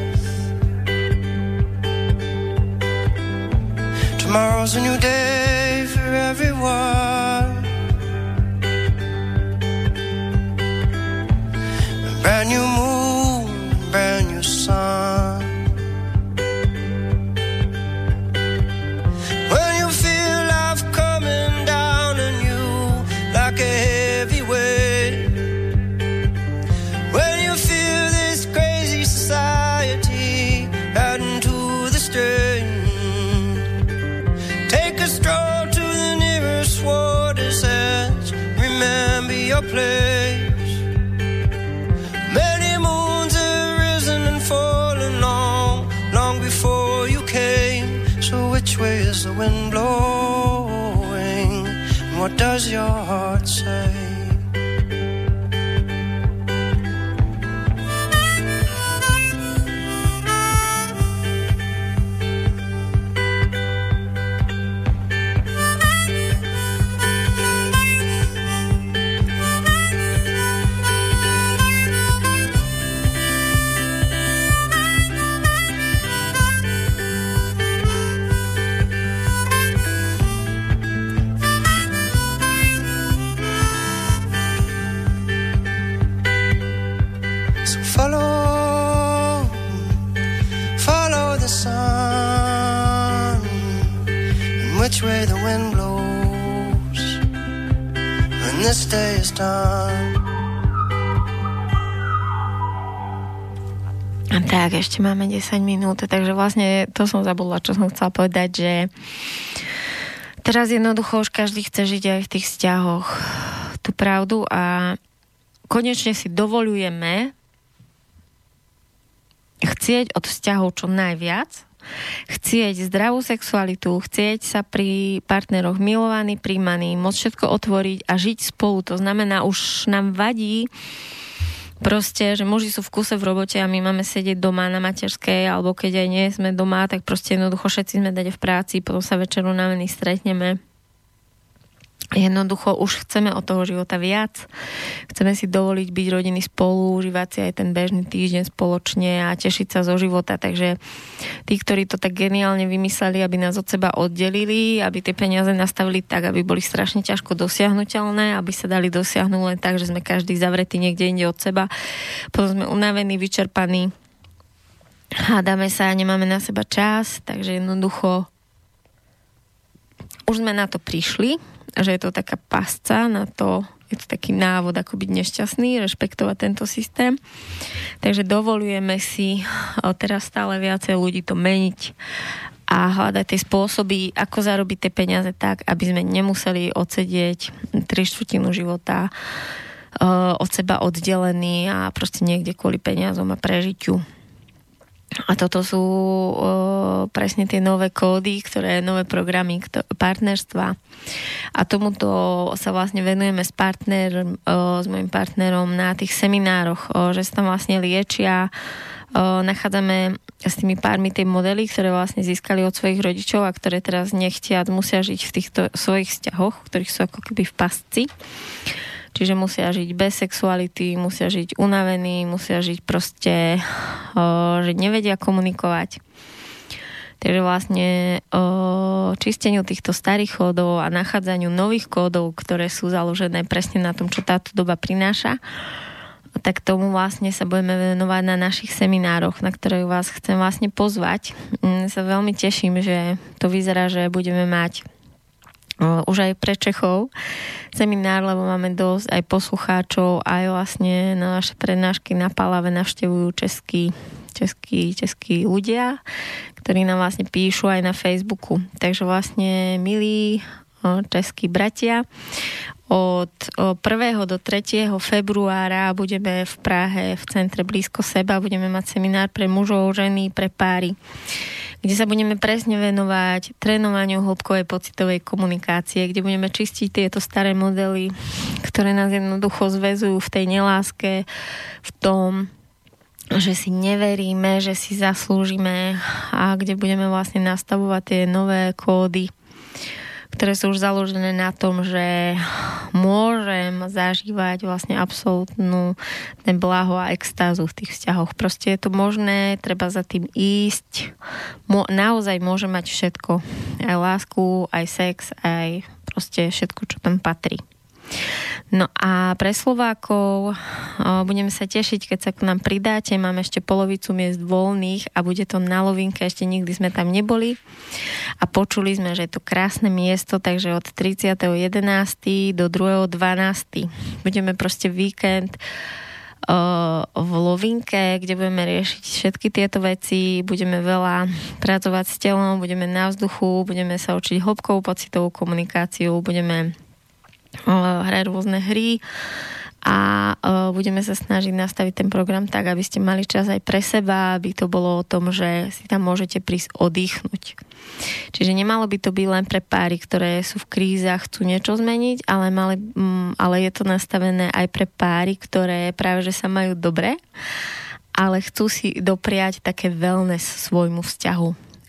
Tomorrow's a new day for everyone, a brand new moon, a brand new sun. When you feel life coming down on you like a heavy weight, when you feel this crazy society adding to the strain, take a stroll to the nearest water's edge. Remember your place. Many moons have risen and fallen long before you came. So which way is the wind blowing? And what does your heart say? Follow the sun, and which way the wind blows when this day is done. Tak, ešte máme 10 minút, takže vlastne to som zabudla, čo som chcela povedať, že teraz jednoducho už každý chce žiť aj v tých vzťahoch tú pravdu a konečne si dovoľujeme chcieť od vzťahov čo najviac, chcieť zdravú sexualitu, chcieť sa pri partneroch milovaní, príjmaní, môcť všetko otvoriť a žiť spolu. To znamená, už nám vadí proste, že muži sú v kuse v robote a my máme sedieť doma na materskej, alebo keď aj nie sme doma, tak proste jednoducho všetci sme dať v práci, potom sa večer unavení stretneme Jednoducho už chceme od toho života viac. Chceme si dovoliť byť rodiny spolu, užívať si aj ten bežný týždeň spoločne a tešiť sa zo života. Takže tí, ktorí to tak geniálne vymysleli, aby nás od seba oddelili, aby tie peniaze nastavili tak, aby boli strašne ťažko dosiahnuteľné, aby sa dali dosiahnuť len tak, že sme každý zavretý niekde inde od seba. Potom sme unavení, vyčerpaní, hádame sa a nemáme na seba čas, takže jednoducho už sme na to prišli, že je to taká pasca na to, je to taký návod, ako byť nešťastný, rešpektovať tento systém. Takže dovolujeme si teraz stále viacej ľudí to meniť a hľadať tie spôsoby, ako zarobiť tie peniaze tak, aby sme nemuseli odsedieť 3/4 života od seba oddelení a proste niekde kvôli peniazom a prežitiu. A toto sú presne tie nové kódy, nové programy partnerstva. A tomuto sa vlastne venujeme s mojim partnerom na tých seminároch, že sa tam vlastne liečia. Nachádzame s tými pármi tie modely, ktoré vlastne získali od svojich rodičov a ktoré teraz nechtiac musia žiť v týchto svojich vzťahoch, ktorých sú ako keby v pasci. Čiže musia žiť bez sexuality, musia žiť unavení, musia žiť proste, že nevedia komunikovať. Takže vlastne čisteniu týchto starých kódov a nachádzaniu nových kódov, ktoré sú založené presne na tom, čo táto doba prináša, tak tomu vlastne sa budeme venovať na našich seminároch, na ktoré vás chcem vlastne pozvať. Sa veľmi teším, že to vyzerá, že budeme mať už aj pre Čechov seminár, lebo máme dosť aj poslucháčov, aj vlastne na naše prednášky na Palave navštevujú českí ľudia, ktorí nám vlastne píšu aj na Facebooku. Takže vlastne milí českí bratia, od 1. do 3. februára budeme v Prahe v centre blízko seba, budeme mať seminár pre mužov, ženy, pre páry, kde sa budeme presne venovať trénovaniu hĺbkovej pocitovej komunikácie, kde budeme čistiť tieto staré modely, ktoré nás jednoducho zväzujú v tej neláske, v tom, že si neveríme, že si zaslúžime a kde budeme vlastne nastavovať tie nové kódy, ktoré sú už založené na tom, že môžem zažívať vlastne absolútnu blaho a extázu v tých vzťahoch. Proste je to možné, treba za tým ísť. Naozaj môže mať všetko. Aj lásku, aj sex, aj proste všetko, čo tam patrí. No a pre Slovákov budeme sa tešiť, keď sa k nám pridáte. Máme ešte polovicu miest voľných a bude to na Lovinke, ešte nikdy sme tam neboli. A počuli sme, že je to krásne miesto, takže od 30.11. do 2.12. budeme proste víkend v Lovinke, kde budeme riešiť všetky tieto veci, budeme veľa pracovať s telom, budeme na vzduchu, budeme sa učiť hĺbkovú pocitovú komunikáciu, budeme hrať rôzne hry a budeme sa snažiť nastaviť ten program tak, aby ste mali čas aj pre seba, aby to bolo o tom, že si tam môžete prísť oddychnúť. Čiže nemalo by to byť len pre páry, ktoré sú v krízach, chcú niečo zmeniť, ale je to nastavené aj pre páry, ktoré práve že sa majú dobre, ale chcú si dopriať také wellness svojmu vzťahu.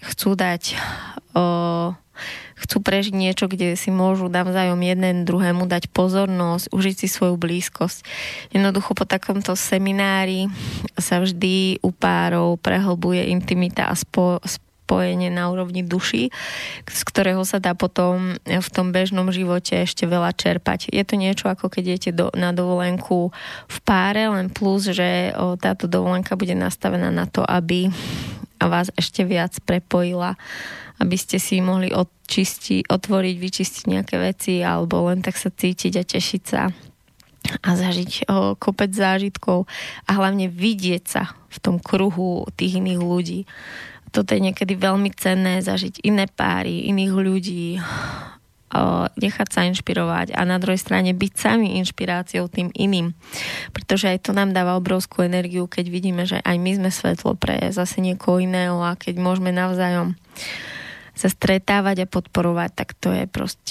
Chcú prežiť niečo, kde si môžu navzájom jeden druhému dať pozornosť, užiť si svoju blízkosť. Jednoducho po takomto seminári sa vždy u párov prehlbuje intimita a spojenie na úrovni duši, z ktorého sa dá potom v tom bežnom živote ešte veľa čerpať. Je to niečo, ako keď idete na dovolenku v páre, len plus, že táto dovolenka bude nastavená na to, aby vás ešte viac prepojila, aby ste si mohli otvoriť, vyčistiť nejaké veci alebo len tak sa cítiť a tešiť sa a zažiť kopec zážitkov a hlavne vidieť sa v tom kruhu tých iných ľudí. Toto je niekedy veľmi cenné, zažiť iné páry, iných ľudí, nechať sa inšpirovať a na druhej strane byť sami inšpiráciou tým iným. Pretože aj to nám dáva obrovskú energiu, keď vidíme, že aj my sme svetlo pre zase niekoho iného a keď môžeme navzájom sa stretávať a podporovať, tak to je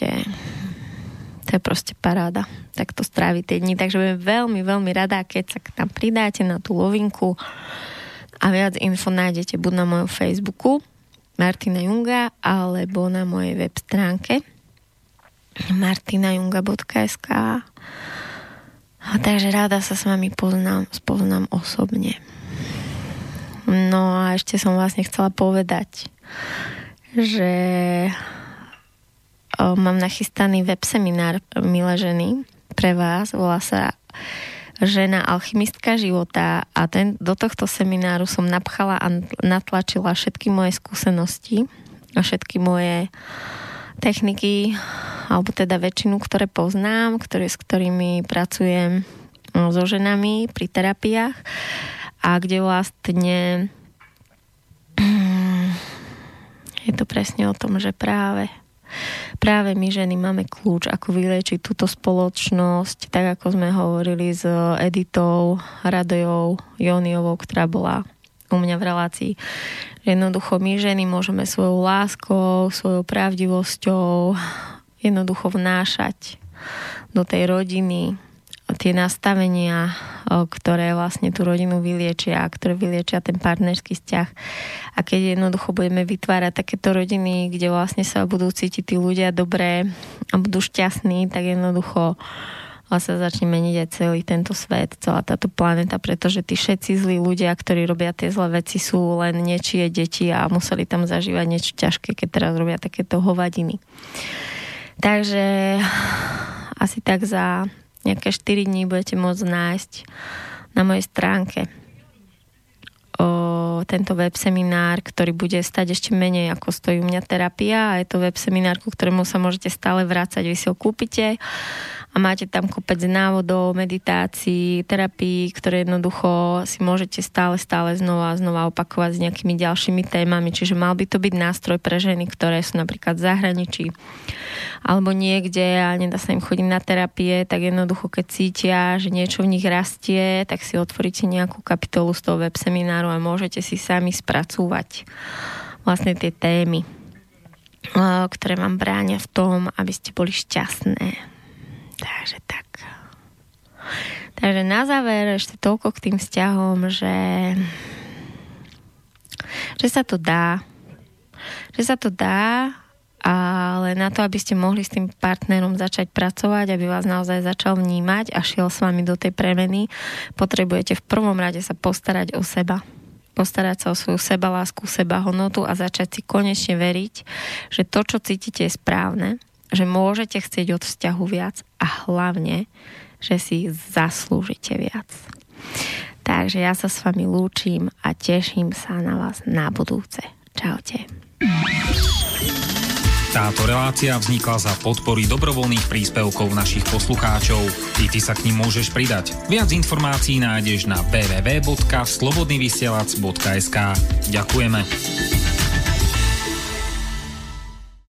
proste paráda. Tak to strávi tie dni. Takže budem veľmi, veľmi rada, keď sa tam pridáte na tú Lovinku a viac info nájdete buď na mojom Facebooku Martina Junga alebo na mojej web stránke. martinajunga.sk. Takže rada sa s vami spoznám osobne. No a ešte som vlastne chcela povedať, že mám nachystaný webseminár, milé ženy, pre vás. Volá sa Žena alchymistka života a do tohto semináru som napchala a natlačila všetky moje skúsenosti a všetky moje techniky, alebo teda väčšinu, ktoré poznám, s ktorými pracujem so ženami pri terapiách a kde vlastne je to presne o tom, že práve my ženy máme kľúč, ako vyliečiť túto spoločnosť, tak ako sme hovorili s Editou Radojou Joniovou, ktorá bola u mňa v relácii. Jednoducho my ženy môžeme svojou láskou, svojou pravdivosťou jednoducho vnášať do tej rodiny tie nastavenia, ktoré vlastne tú rodinu vyliečia, ktoré vyliečia ten partnerský vzťah. A keď jednoducho budeme vytvárať takéto rodiny, kde vlastne sa budú cítiť tí ľudia dobre a budú šťastní, tak jednoducho sa začne meniť aj celý tento svet, celá táto planéta, pretože tí všetci zlí ľudia, ktorí robia tie zlé veci, sú len niečie deti a museli tam zažívať niečo ťažké, keď teraz robia takéto hovadiny. Takže asi tak za nejaké 4 dní budete môcť nájsť na mojej stránke tento webseminár, ktorý bude stať ešte menej, ako stojí u mňa terapia a je to webseminár, ku ktorému sa môžete stále vrácať. Vy si ho kúpite a máte tam kopec návodov, meditácií, terapií, ktoré jednoducho si môžete stále znova opakovať s nejakými ďalšími témami. Čiže mal by to byť nástroj pre ženy, ktoré sú napríklad v zahraničí alebo niekde a nedá sa im chodiť na terapie, tak jednoducho, keď cítia, že niečo v nich rastie, tak si otvoríte nejakú kapitolu z toho websemináru a môžete si sami spracúvať vlastne tie témy, ktoré vám bránia v tom, aby ste boli šťastné. Takže tak. Takže na záver ešte toľko k tým vzťahom, že sa to dá. Že sa to dá, ale na to, aby ste mohli s tým partnerom začať pracovať, aby vás naozaj začal vnímať a šiel s vami do tej premeny, potrebujete v prvom rade sa postarať o seba. Postarať sa o svoju sebalásku, sebahodnotu a začať si konečne veriť, že to, čo cítite, je správne, že môžete chcieť od vzťahu viac a hlavne, že si zaslúžite viac. Takže ja sa s vami lúčim a teším sa na vás na budúce. Čaute. Táto relácia vznikla za podpory dobrovoľných príspevkov našich poslucháčov. I ty sa k nim môžeš pridať. Viac informácií nájdeš na www.slobodnyvysielac.sk. Ďakujeme.